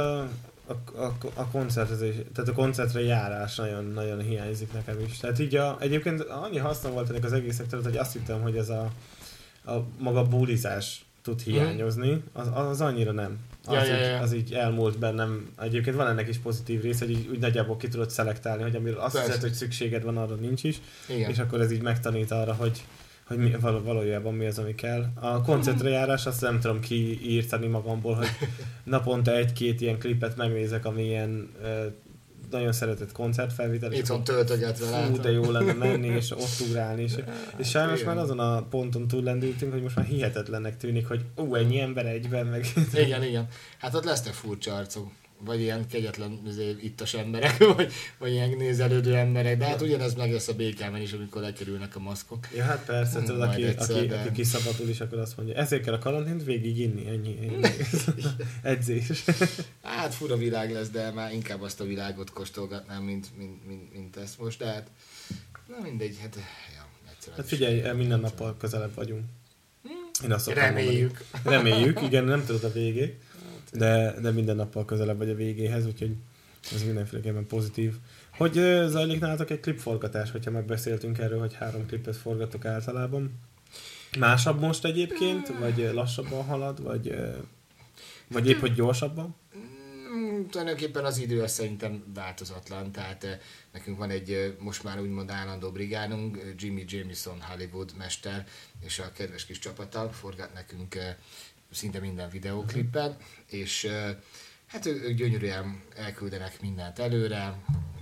a koncertezés, tehát a koncertre járás nagyon hiányzik nekem is. Tehát így egyébként annyi haszna volt ennek az egésznek, hogy azt hittem, hogy ez a maga bulizás tud hiányozni, az annyira nem. Az így elmúlt bennem. Egyébként van ennek is pozitív része, hogy így úgy nagyjából ki tudod szelektálni, hogy amiről azt hiszed, hogy szükséged van, arra nincs is. Igen. És akkor ez így megtanít arra, hogy valójában mi az, ami kell. A koncertre járás, azt nem tudom kiírtani magamból, hogy naponta 1-2 ilyen klipet megnézek, ami ilyen nagyon szeretett koncertfelvétel. Itthon töltögetve látom. De jó lenne menni, és ott ugrálni. És sajnos már azon a ponton túllendültünk, hogy most már hihetetlennek tűnik, hogy ennyi ember egyben meg. Igen. Hát ott lesznek furcsa arcok. Vagy ilyen kegyetlen ittas emberek, vagy ilyen nézelődő emberek, de hát ugyanez meg lesz a BK-ben is, amikor lekerülnek a maszkok. Ja, hát persze, tudod, aki kiszabadul is, akkor azt mondja, ezért kell a karantént végig inni, ennyi. Edzés. Hát fura világ lesz, de már inkább azt a világot kóstolgatnám, mint ezt most, de hát na mindegy, hát hát figyelj, minden nappal közelebb vagyunk. Én azt Reméljük, igen, nem tudod a végét. De minden nappal közelebb vagy a végéhez, úgyhogy ez mindenféleképpen pozitív. Hogy zajlik nálatok egy klipforgatás, hogyha megbeszéltünk erről, hogy 3 klipet forgatok általában? Másabb most egyébként, vagy lassabban halad, vagy épp hogy gyorsabban? Tulajdonképpen az idő az szerintem változatlan, tehát nekünk van egy most már úgymond állandó brigádunk, Jimmy Jameson Hollywood mester, és a kedves kis csapata forgat nekünk szinte minden videóklippet, és hát ők gyönyörűen elküldenek mindent előre,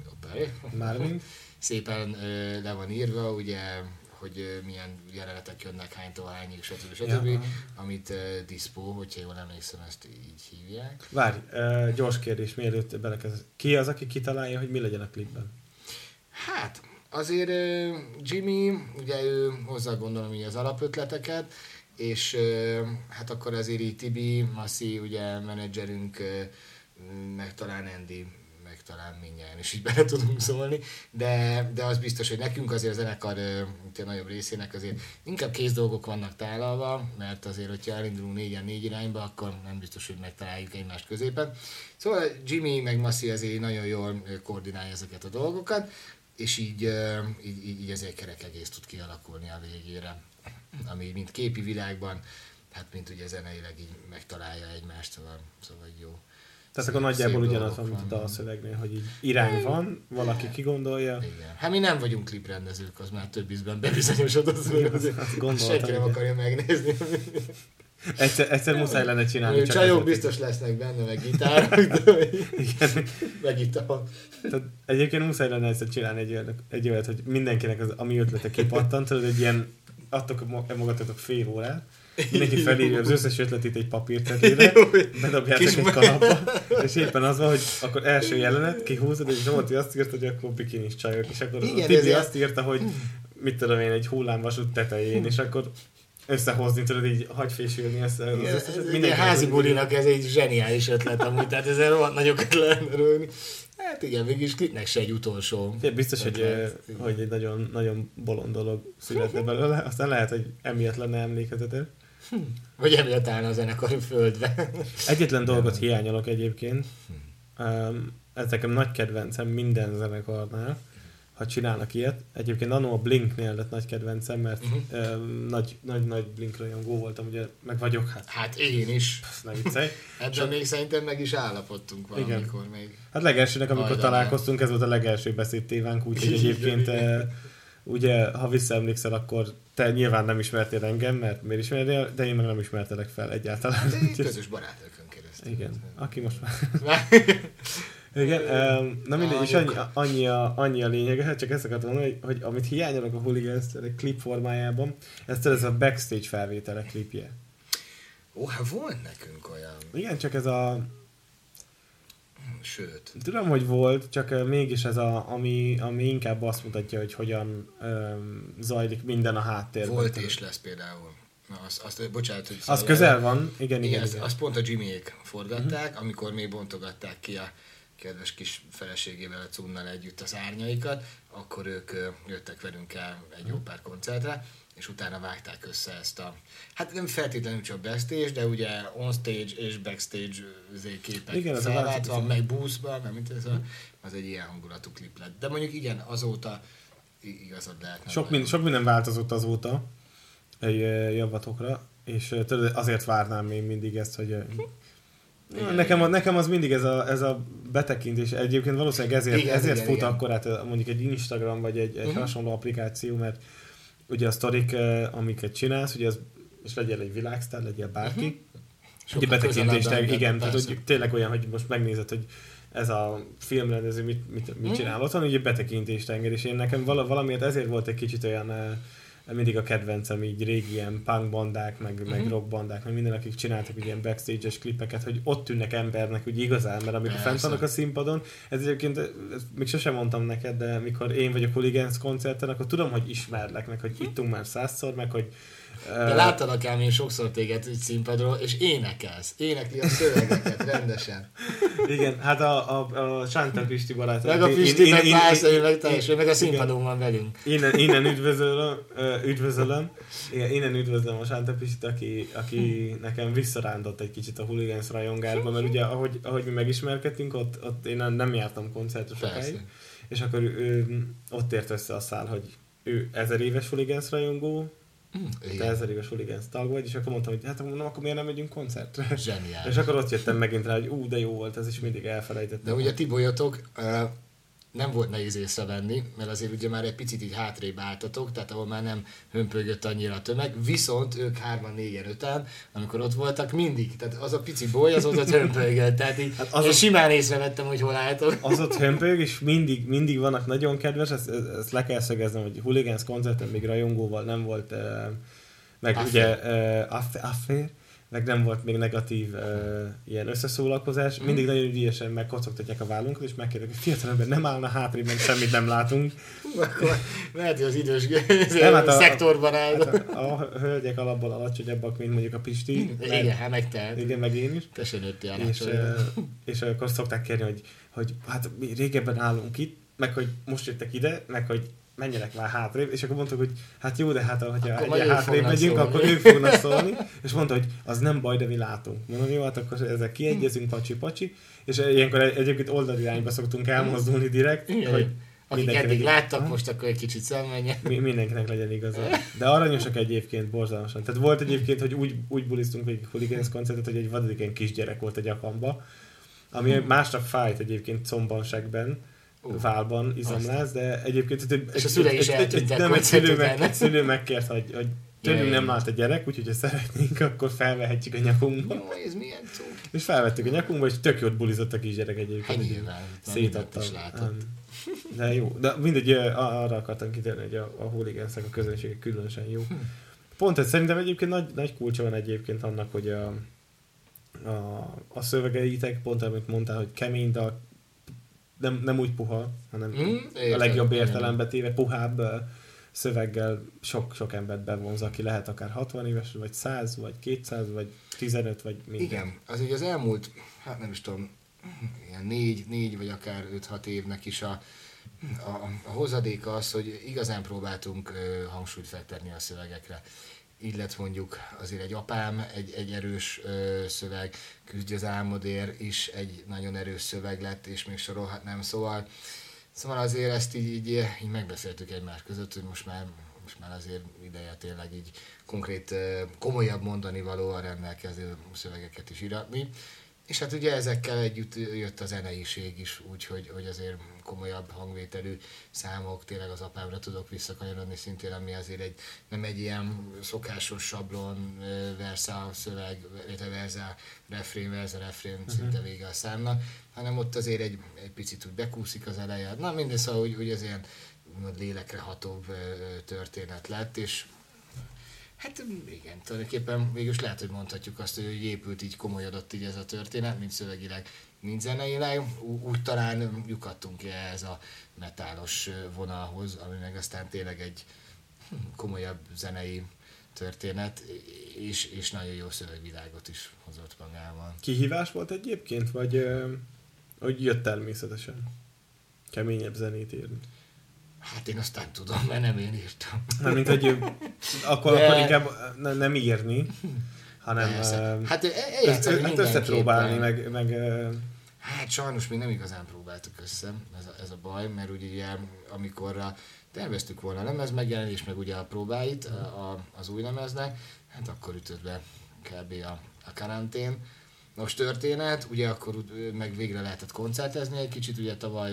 szépen le van írva, ugye, hogy milyen jelenetek jönnek, hánytól hányig, stb. Amit diszpó, hogyha jól emlékszem, ezt így hívják. Várj, gyors kérdés, mielőtt belekezd. Ki az, aki kitalálja, hogy mi legyen a klipben? Hát, azért Jimmy, ugye ő hozzá gondolom így az alapötleteket, és hát akkor azért így Tibi, Massi, ugye menedzserünk, meg talán Andy, meg talán mindjárt is így bele tudunk szólni, de az biztos, hogy nekünk azért a zenekar a nagyobb részének azért inkább kész dolgok vannak tálalva, mert azért, hogyha elindulunk 4 irányba, akkor nem biztos, hogy megtaláljuk egymást középen. Szóval Jimmy meg Massi azért nagyon jól koordinálja ezeket a dolgokat, és így ezért kerek egész tud kialakulni a végére, ami mint képi világban, hát mint ugye zeneileg így megtalálja egymást, szóval jó. Tehát akkor nagyjából ugyanaz van, mint a dalszövegnél, hogy így irány van, valaki kigondolja. Igen. Hát mi nem vagyunk kliprendezők, az már több ízben bebizonyosodott, hogy senki nem akarja megnézni. Egyszer muszáj lenne csinálni. Csajok biztos lesznek benne, meg gitárok, meg ital. Egyébként muszáj lenne egyszer csinálni egy olyat, hogy mindenkinek a mi ötlete kipattant, tudod, egy ilyen, adtok magatotok fél órát, mindenki felírja az összes ötletét egy papírtetére, bedobjátok egy kalapba, és éppen az van, hogy akkor első jelenet, kihúzod, és Zsolti azt írta, hogy akkor bikinis csajok, és akkor igen, a Tibi azt írta, hogy mit tudom én, egy hullámvasút tetején, és akkor összehozni, tudod így hagyfésülni ezt az összeset. Minden házi bulinak ez egy zseniális ötlet amúgy, tehát ezzel rohadt nagyokat lehetne rölni. Hát igen, végülis klipnek se egy utolsó. Ja, biztos, hogy egy nagyon, nagyon bolond dolog születne belőle, aztán lehet, hogy emiatt lenne emlékezetes. Vagy emiatt állna a zenekar földbe. Egyetlen dolgot hiányolok egyébként. Ez nekem nagy kedvencem minden zenekarnál, ha csinálnak ilyet. Egyébként annó a Blinknél lett nagy kedvencem, mert nagy Blink rajongó voltam, ugye, meg vagyok. Hát én is. Ne viccelj. Ebben még szerintem meg is állapodtunk valamikor igen. Még. Hát legelsőnek, amikor találkoztunk, ez volt a legelső beszédtévánk, úgyhogy egyébként ugye, ha visszaemlékszel, akkor te nyilván nem ismertél engem, mert miért ismernél, de én meg nem ismertelek fel egyáltalán. Közös barátokon keresztül. Igen, aki most már... Igen, na mindegy, és annyi a lényege, csak ezt akartam mondani, hogy amit hiányolok a Hooligans egy klip formájában, ez a backstage felvételek klipje. Ó, hát volt nekünk olyan. Igen, csak ez a... Sőt. Tudom, hogy volt, csak mégis ez ami inkább azt mutatja, hogy hogyan zajlik minden a háttérben. Volt és lesz például. Na, bocsánat, hogy az közel van, igen. Azt pont a Jimmyék forgatták, amikor még bontogatták ki a kedves kis feleségével, a Cunnal együtt az árnyaikat, akkor ők jöttek velünk el egy jó pár koncertre, és utána vágták össze ezt a, hát nem feltétlenül csak backstage, de ugye on stage és backstage képek felváltva, meg buszban, meg mint ez az egy ilyen hangulatú klip lett. De mondjuk igen, azóta igazad lehet. Sok minden változott azóta javatokra, és azért várnám még mindig ezt, hogy nekem az mindig ez a betekintés. Egyébként valószínűleg ezért fut akkor át mondjuk egy Instagram vagy egy hasonló applikáció, mert ugye a sztorik, amiket csinálsz, ugye az, és legyél egy világsztár, legyél bárki. Ugye betekintést, igen, tehát hogy tényleg olyan, hogy most megnézed, hogy ez a filmrendező mit csinál otthon, ugye betekintést enged, és én nekem valamiért ezért volt egy kicsit olyan mindig a kedvencem, így régi ilyen punk bandák, meg rock bandák, meg minden, akik csináltak ilyen backstage-es klipeket, hogy ott tűnnek embernek úgy igazán, mert amikor fent vannak a színpadon, ez egyébként, még sosem mondtam neked, de mikor én vagyok Hooligans koncerten, akkor tudom, hogy ismerlek, meg hogy ittunk már 100-szor, meg hogy de láttalak ám én sokszor téged egy színpadról, és énekli a szövegeket rendesen. Igen, hát a Sántel Pisti barátom. Meg a Pisti, meg Pászai, meg teljesen, meg a színpadon van velünk. Innen üdvözlöm a Sántel Pistit, aki nekem visszarántott egy kicsit a Hooligans rajongásba, mert ugye ahogy mi megismerkedtünk, ott én nem jártam koncertre sokáig, és akkor ott ért össze a szál, hogy ő 1000 éves Hooligans rajongó, Te 1000 éves Hooligans tag vagy, és akkor mondtam, hogy hát mondom, akkor miért nem megyünk koncertre? Zseniális. És akkor ott jöttem megint rá, hogy de jó volt ez, és mindig elfelejtettem. De ugye ti bolyotok nem volt nehéz észrevenni, mert azért ugye már egy picit így hátrébb álltatok, tehát ahol már nem hömpölygött annyira a tömeg, viszont ők 3-an, 4-en, 5-en, amikor ott voltak mindig, tehát az a pici boly az ott hömpölygött, tehát így hát én simán észrevettem, hogy hol álltok. Az ott hömpölyg, és mindig vannak nagyon kedves, ezt le kell szögeznem, hogy Hooligans koncerten még rajongóval nem volt, meg Affér. Ugye Affér, meg nem volt még negatív ilyen összeszólalkozás. Mindig nagyon ügyesen megkocogtatják a vállunkat, és megkérdezik, hogy fiatalember nem állna hátrébb, mert semmit nem látunk. Akkor lehet, hogy az idős szektorban áll. Hát a hölgyek alapból alacsonyabbak, mint mondjuk a Pisti. Igen, hát meg te. Igen, meg én is. Te se nőttél és akkor szokták kérni, hogy hát mi régebben állunk itt, meg hogy most jöttek ide, meg hogy menjenek már hátrébb, és akkor mondtuk, hogy hát jó, de hát ha hátrébb megyünk, akkor ők fognak szólni, és mondta, hogy az nem baj, de mi látunk. Mondom, jó, hát akkor ezzel kiegyezünk, pacsi, és ilyenkor egyébként oldalirányba szoktunk elmozdulni direkt, hogy akik eddig láttak, most akkor egy kicsit szemmenjen. Mindenkinek legyen igaza. De aranyosak egyébként borzalmasan. Tehát volt egyébként, hogy úgy buliztunk végig Hooligans koncertet, hogy egy vadidegen kisgyerek volt a gyakamba, ami másnap fájt egyébként combanságben, válban izomláz, de egyébként és a szülei is eltűntek. Egy szülő megkért, hogy tőlünk nem állt a gyerek, úgyhogy ha szeretnénk, akkor felvehetjük a nyakunkba. Jó, ez milyen szó. És felvettük a nyakunkba, és tök jót bulizott a kisgyerek egyébként. Hát nyilván, szétadtam. De jó, de mindegy, arra akartam kitérni, hogy a Hooligans-nek a közönsége különösen jó. Pont ez szerintem egyébként nagy kulcsa van egyébként annak, hogy a szövegeitek, pont amit mondtál, hogy kemény, de nem úgy puha, hanem a legjobb értelemben téve puhább szöveggel sok embert bevonz, aki lehet akár 60 éves, vagy 100, vagy 200, vagy 15, vagy minden. Igen, az így az elmúlt, hát nem is tudom, ilyen 4 vagy akár 5-6 évnek is a hozadéka az, hogy igazán próbáltunk hangsúlyt fektetni a szövegekre. Így lett mondjuk azért egy apám, egy erős szöveg, Küzdj az álmodért is egy nagyon erős szöveg lett, és még sorolhatnám, szóval azért ezt így megbeszéltük egymás között, hogy most már azért ideje tényleg így konkrét, komolyabb mondani valóan rendelkező szövegeket is íratni. És hát ugye ezekkel együtt jött a zeneiség is, úgyhogy azért komolyabb hangvételű számok, tényleg az apámra tudok visszakanyarodni szintén, ami azért nem egy ilyen szokásos sablon, versa szöveg, versa refrén, szinte vége a számnak, hanem ott azért egy picit úgy bekúszik az eleje. Na mindegy, szóval úgy az ilyen lélekre hatóbb történet lett, és hát igen, tulajdonképpen végülis lehet, hogy mondhatjuk azt, hogy épült, így komolyodott így ez a történet, mint szövegileg, mint zeneileg. Úgy talán lyukadtunk ehhez a metálos vonalhoz, ami meg aztán tényleg egy komolyabb zenei történet, és nagyon jó szövegvilágot is hozott magával. Kihívás volt egyébként, vagy hogy jött természetesen? Keményebb zenét írni? Hát én azt nem tudom, mert nem én írtam. Nem, mint hogy akkor inkább nem írni, hanem hát összepróbálni, meg Hát sajnos még nem igazán próbáltuk össze, ez a baj, mert ugye amikor terveztük volna a lemez megjelenés, meg ugye a próbáit az új lemeznek, hát akkor ütött be kb. A karantén. Most történet, ugye akkor meg végre lehetett koncertezni egy kicsit, ugye tavaly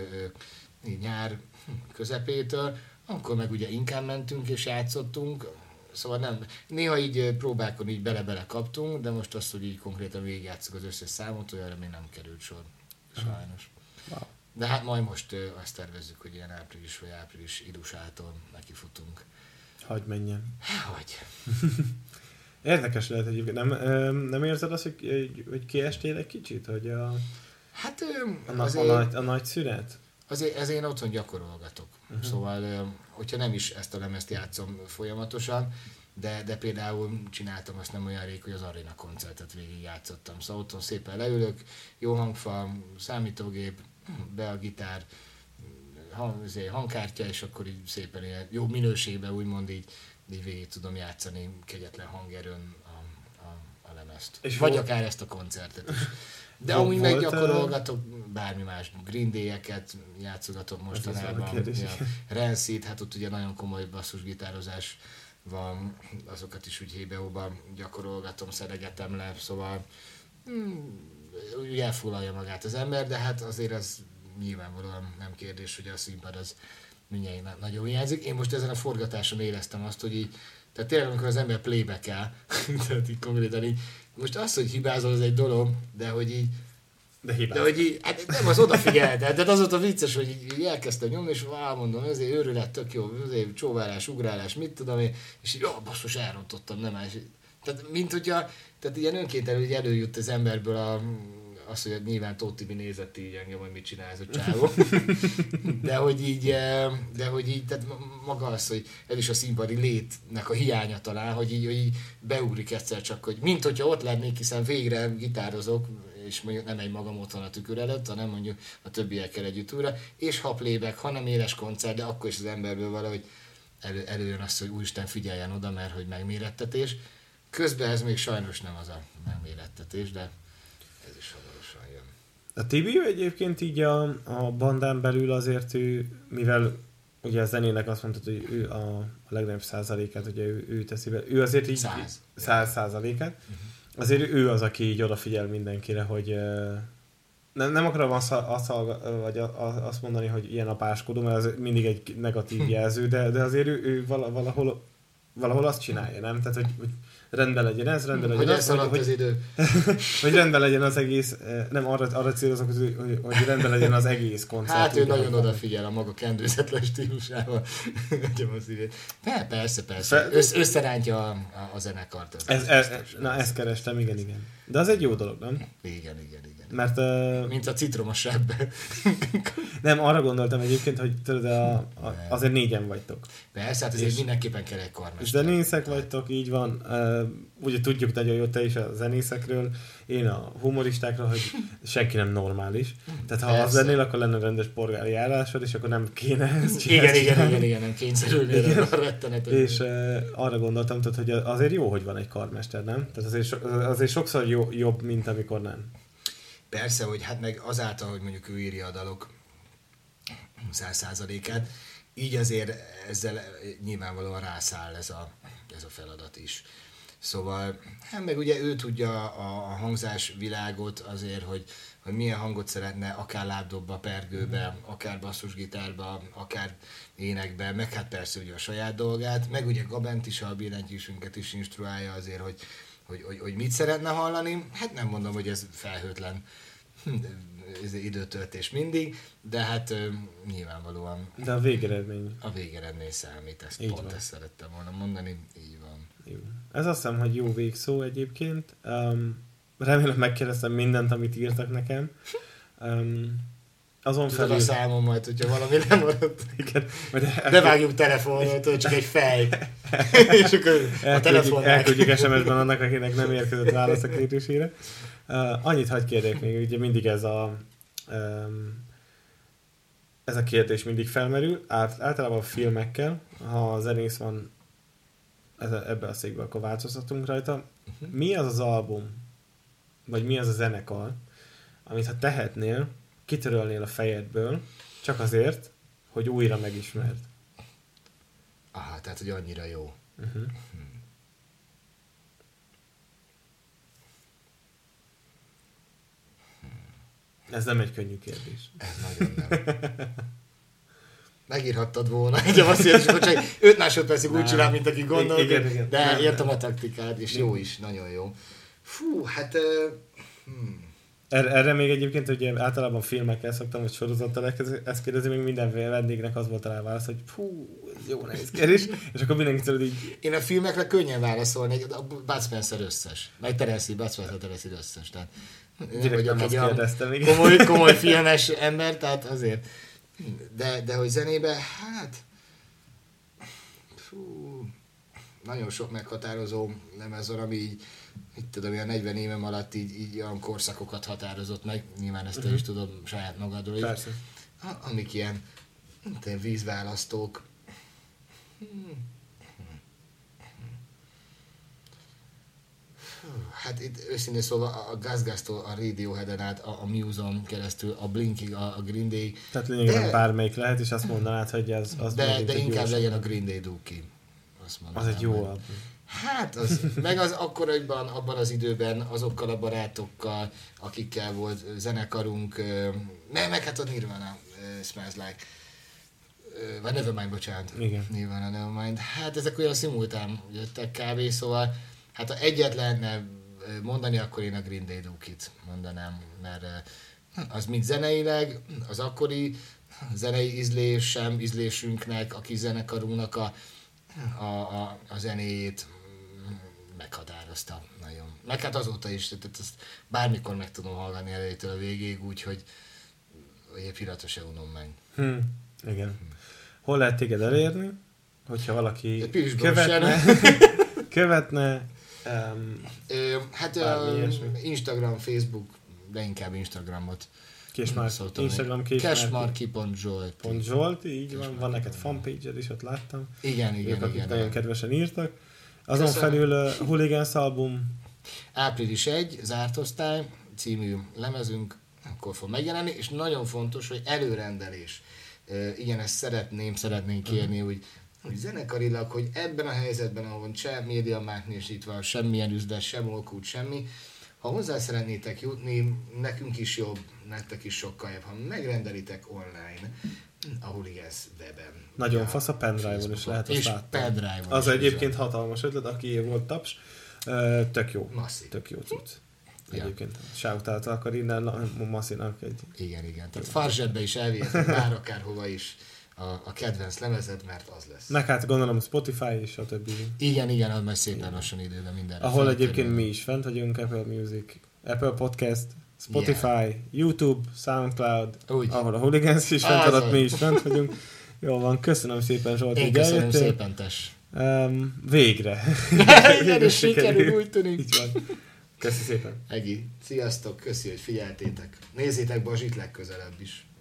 nyár közepétől, akkor meg ugye inkább mentünk és játszottunk, szóval nem, néha így próbákon így bele-bele kaptunk, de most azt, hogy így konkrétan végigjátszunk az összes számot, olyanra még nem került sor, sajnos. Wow. De hát majd most azt tervezzük, hogy ilyen április vagy április idusától nekifutunk. Hagy menjen. Hagy. Érdekes lehet egyébként. Nem érzed azt, hogy kiestél egy kicsit? Hogy hát a nagy szünet? Azért én otthon gyakorolgatok. Szóval, hogyha nem is ezt a lemezt játszom folyamatosan, de például csináltam azt nem olyan rég, hogy az Arena koncertet végig játszottam. Szóval otthon szépen leülök, jó hangfal, számítógép, be a gitár, hangkártya, és akkor így szépen ilyen jó minőségben úgymond így végig tudom játszani kegyetlen hangerőn a lemezt. És vagy akár ezt a koncertet is. De amúgy meg gyakorolgatok bármi más, Green Day-eket játszogatok mostanában, Rancid, hát ott ugye nagyon komoly basszusgitározás van, azokat is úgy hébe-hóba gyakorolgatom, szeregetem le, szóval úgy elfoglalja magát az ember, de hát azért az nyilvánvalóan nem kérdés, hogy a színpad az mindjárt nagyon hiányzik. Én most ezen a forgatáson éreztem azt, hogy így, tehát tényleg amikor az ember playback-el, tehát így konkrétan így, most az, hogy hibázol, az egy dolog, de hogy így, de hogy így, hát nem, az odafigyelt, tehát az volt a vicces, hogy így elkezdtem nyomni, és mondom, azért őrület, tök jó, azért csóválás, ugrálás, mit tudom én, és így, basszus, elrontottam, nem más. Tehát, mint hogyha, tehát ilyen önkéntelenül így előjött az emberből az, hogy nyilván Tóth Tibi nézett így engem, hogy mit csinál ez a csávó. de hogy így, tehát maga az, hogy ez is a színpadi létnek a hiánya talán, hogy így beugrik egyszer csak, hogy mint hogyha ott lennék, hiszen végre gitározok, és mondjuk nem egy magam otthon a tükör előtt, hanem mondjuk a többiekkel együtt újra, és ha playback, ha nem éles koncert, de akkor is az emberből valahogy előjön az, hogy úristen figyeljen oda, mert hogy megmérettetés. Közben ez még sajnos nem az a megmérettetés, de ez is hamarosan jön. A Tibi egyébként így a bandán belül azért ő, mivel ugye a zenének azt mondtad, hogy ő a legnagyobb százalékát, ugye ő teszi be, ő azért így 100%-át, azért ő az, aki így odafigyel mindenkire, hogy nem akarom azt mondani, hogy ilyen apáskodó, mert az mindig egy negatív jelző, de azért ő valahol azt csinálja, nem? Tehát, hogy rendben legyen ez, rendben legyen az, az idő. Hogy rendben legyen az egész, nem arra célozok, hogy rendben legyen az egész koncert. Hát ő nagyon odafigyel a maga kendőzetlen stílusával. Persze. Összerántja a zenekart. Ezt kerestem, igen. De az egy jó dolog, nem? Igen. Mert, mint a citromos sebben. Nem, arra gondoltam egyébként, hogy tudod, azért 4-en vagytok. Persze, hát azért mindenképpen kell egy karmester. Zenészek vagytok, így van. Ugye tudjuk nagyon jó, te is a zenészekről, én a humoristákról, hogy senki nem normális. Tehát ha az lennél, akkor lenne rendes polgári járásod, és akkor nem kéne ezt csinálni. Igen, nem kényszerülnél a rettenetet. És arra gondoltam, tudod, hogy azért jó, hogy van egy karmester, nem? Tehát azért sokszor jobb, mint amikor nem. Persze, hogy hát meg azáltal, hogy mondjuk ő írja a dalok 100%-át, így azért ezzel nyilvánvalóan rászáll ez a feladat is. Szóval, hát meg ugye ő tudja a hangzás világot azért, hogy milyen hangot szeretne, akár lábdobba, pergőbe, akár basszusgitárba, akár énekbe, meg hát persze ugye a saját dolgát, meg ugye Gabent is, a billentyűsünket is instruálja azért, hogy mit szeretne hallani. Hát nem mondom, hogy ez felhőtlen időtöltés mindig, de hát nyilvánvalóan de a végeredmény. A végeredmény számít, ezt szerettem volna mondani, így van. Jó. Ez azt hiszem, hogy jó végszó egyébként. Remélem megkérdeztem mindent, amit írtak nekem. Azon tudod felül... a számom majd, hogyha valami nem maradt. Igen. De vágjuk telefonról, csak egy fej. És akkor a telefon elküldjük SMS-ben annak, akinek nem érkezett válasz a kérdésére. Annyit hadd kérjek még, ugye mindig ez a kérdés mindig felmerül, általában a filmekkel, ha a zenész van ebbe a székbe, akkor változtatunk rajta. Mi az az album, vagy mi az a zenekar, amit ha tehetnél, kitörölnél a fejedből, csak azért, hogy újra megismerd? Aha, tehát, hogy annyira jó. Ez nem egy könnyű kérdés. Ez nagyon nem. Megírhattad volna, ugye azt írtam, hogy csak 5 másodpercig úgy csinál, mint aki gondol, igen. De értem a taktikád, és jó is, nagyon jó. Fú, hát... Erre még egyébként, hogy általában filmekkel szoktam, hogy sorozattal ezt kérdezni, még minden vendégnek az volt a válasz, hogy fú, ez jó nehéz kérdés, és akkor mindenki tudod így... Én a filmekre könnyen válaszolnék, a Bud Spencer összes, meg Bud Spencer összes, tehát nem vagyok egy olyan komoly filmes ember, tehát azért. De hogy zenébe, hát... Fú, nagyon sok meghatározó lemez van, ami így, itt tudom, ilyen 40 évem alatt így olyan korszakokat határozott meg, nyilván ezt te is tudom saját magadról is. Persze. Amik ilyen vízválasztók. Hát itt őszintén szóval a Gazgaztól a Radiohead-en át, a Muse-on keresztül, a Blinkig, a Green Day. Tehát lényegében bármelyik lehet, és azt mondanád, hogy az de inkább legyen a Green Day Dookie. azt mondanám. Az egy jó album. Hát, meg az akkoriban, abban az időben azokkal a barátokkal, akikkel volt zenekarunk, meg hát a Nirvana, Smells Like, vagy Nevermind, bocsánat. Igen. Nirvana, Nevermind. Hát ezek olyan szimultán jöttek kb. Szóval, hát ha egyet lehetne mondani, akkor én a Green Day Dookie-t mondanám, mert az mind zeneileg, az akkori zenei ízlésünknek, a kis zenekarunknak a zenéjét meghatározta nagyon. Meg hát azóta is, tehát ezt bármikor meg tudom hallani elejétől a végéig, úgyhogy épp pillanatra se unom meg. Igen. Hol lehet téged elérni? Hogyha valaki követne hát Instagram, Facebook, de inkább Instagramot. Instagram Cashmarky.Zsolt. Így van neked fanpage-ed is, ott láttam. Igen. Nagyon kedvesen írtak. Azon felül Hooligans album. Április 1, zárt osztály című lemezünk, akkor fog megjelenni, és nagyon fontos, hogy előrendelés. Igen, ezt szeretnénk kérni, hogy zenekarilag, hogy ebben a helyzetben, ahol se MediaMarkt nincs itt van, semmilyen üzlet, sem Olkút, semmi, ha hozzá szeretnétek jutni, nekünk is jobb, nektek is sokkal jobb, ha megrendelitek online a Hooligans weben. Nagyon fasz, a pendrive-on is lehet, azt láttam. Az egyébként hatalmas ötlet, aki volt taps, tök jó. Masszív. Tök jó cucc. Egyébként shout-out akar innen Masszinak egy... Igen. Tehát Farzsetbe is elvihetek, bár akárhova is a kedvenc lemezet, mert az lesz. Meg hát gondolom Spotify és a többi. Igen, az majd szépen lassan időben mindenre. Ahol egyébként mi is fent vagyunk, Apple Music, Apple Podcast, Spotify, YouTube, Soundcloud, ahol a Hooligans is fent alatt, mi is fent vagyunk. Jól van, köszönöm szépen Zsolt, hogy eljöttél. Én köszönöm szépen, Tess. Végre. Igen, sikerül, úgy tűnik. Így van. Köszi szépen. Egi, sziasztok, köszi, hogy figyeltétek. Nézzétek Bazsit legközelebb is.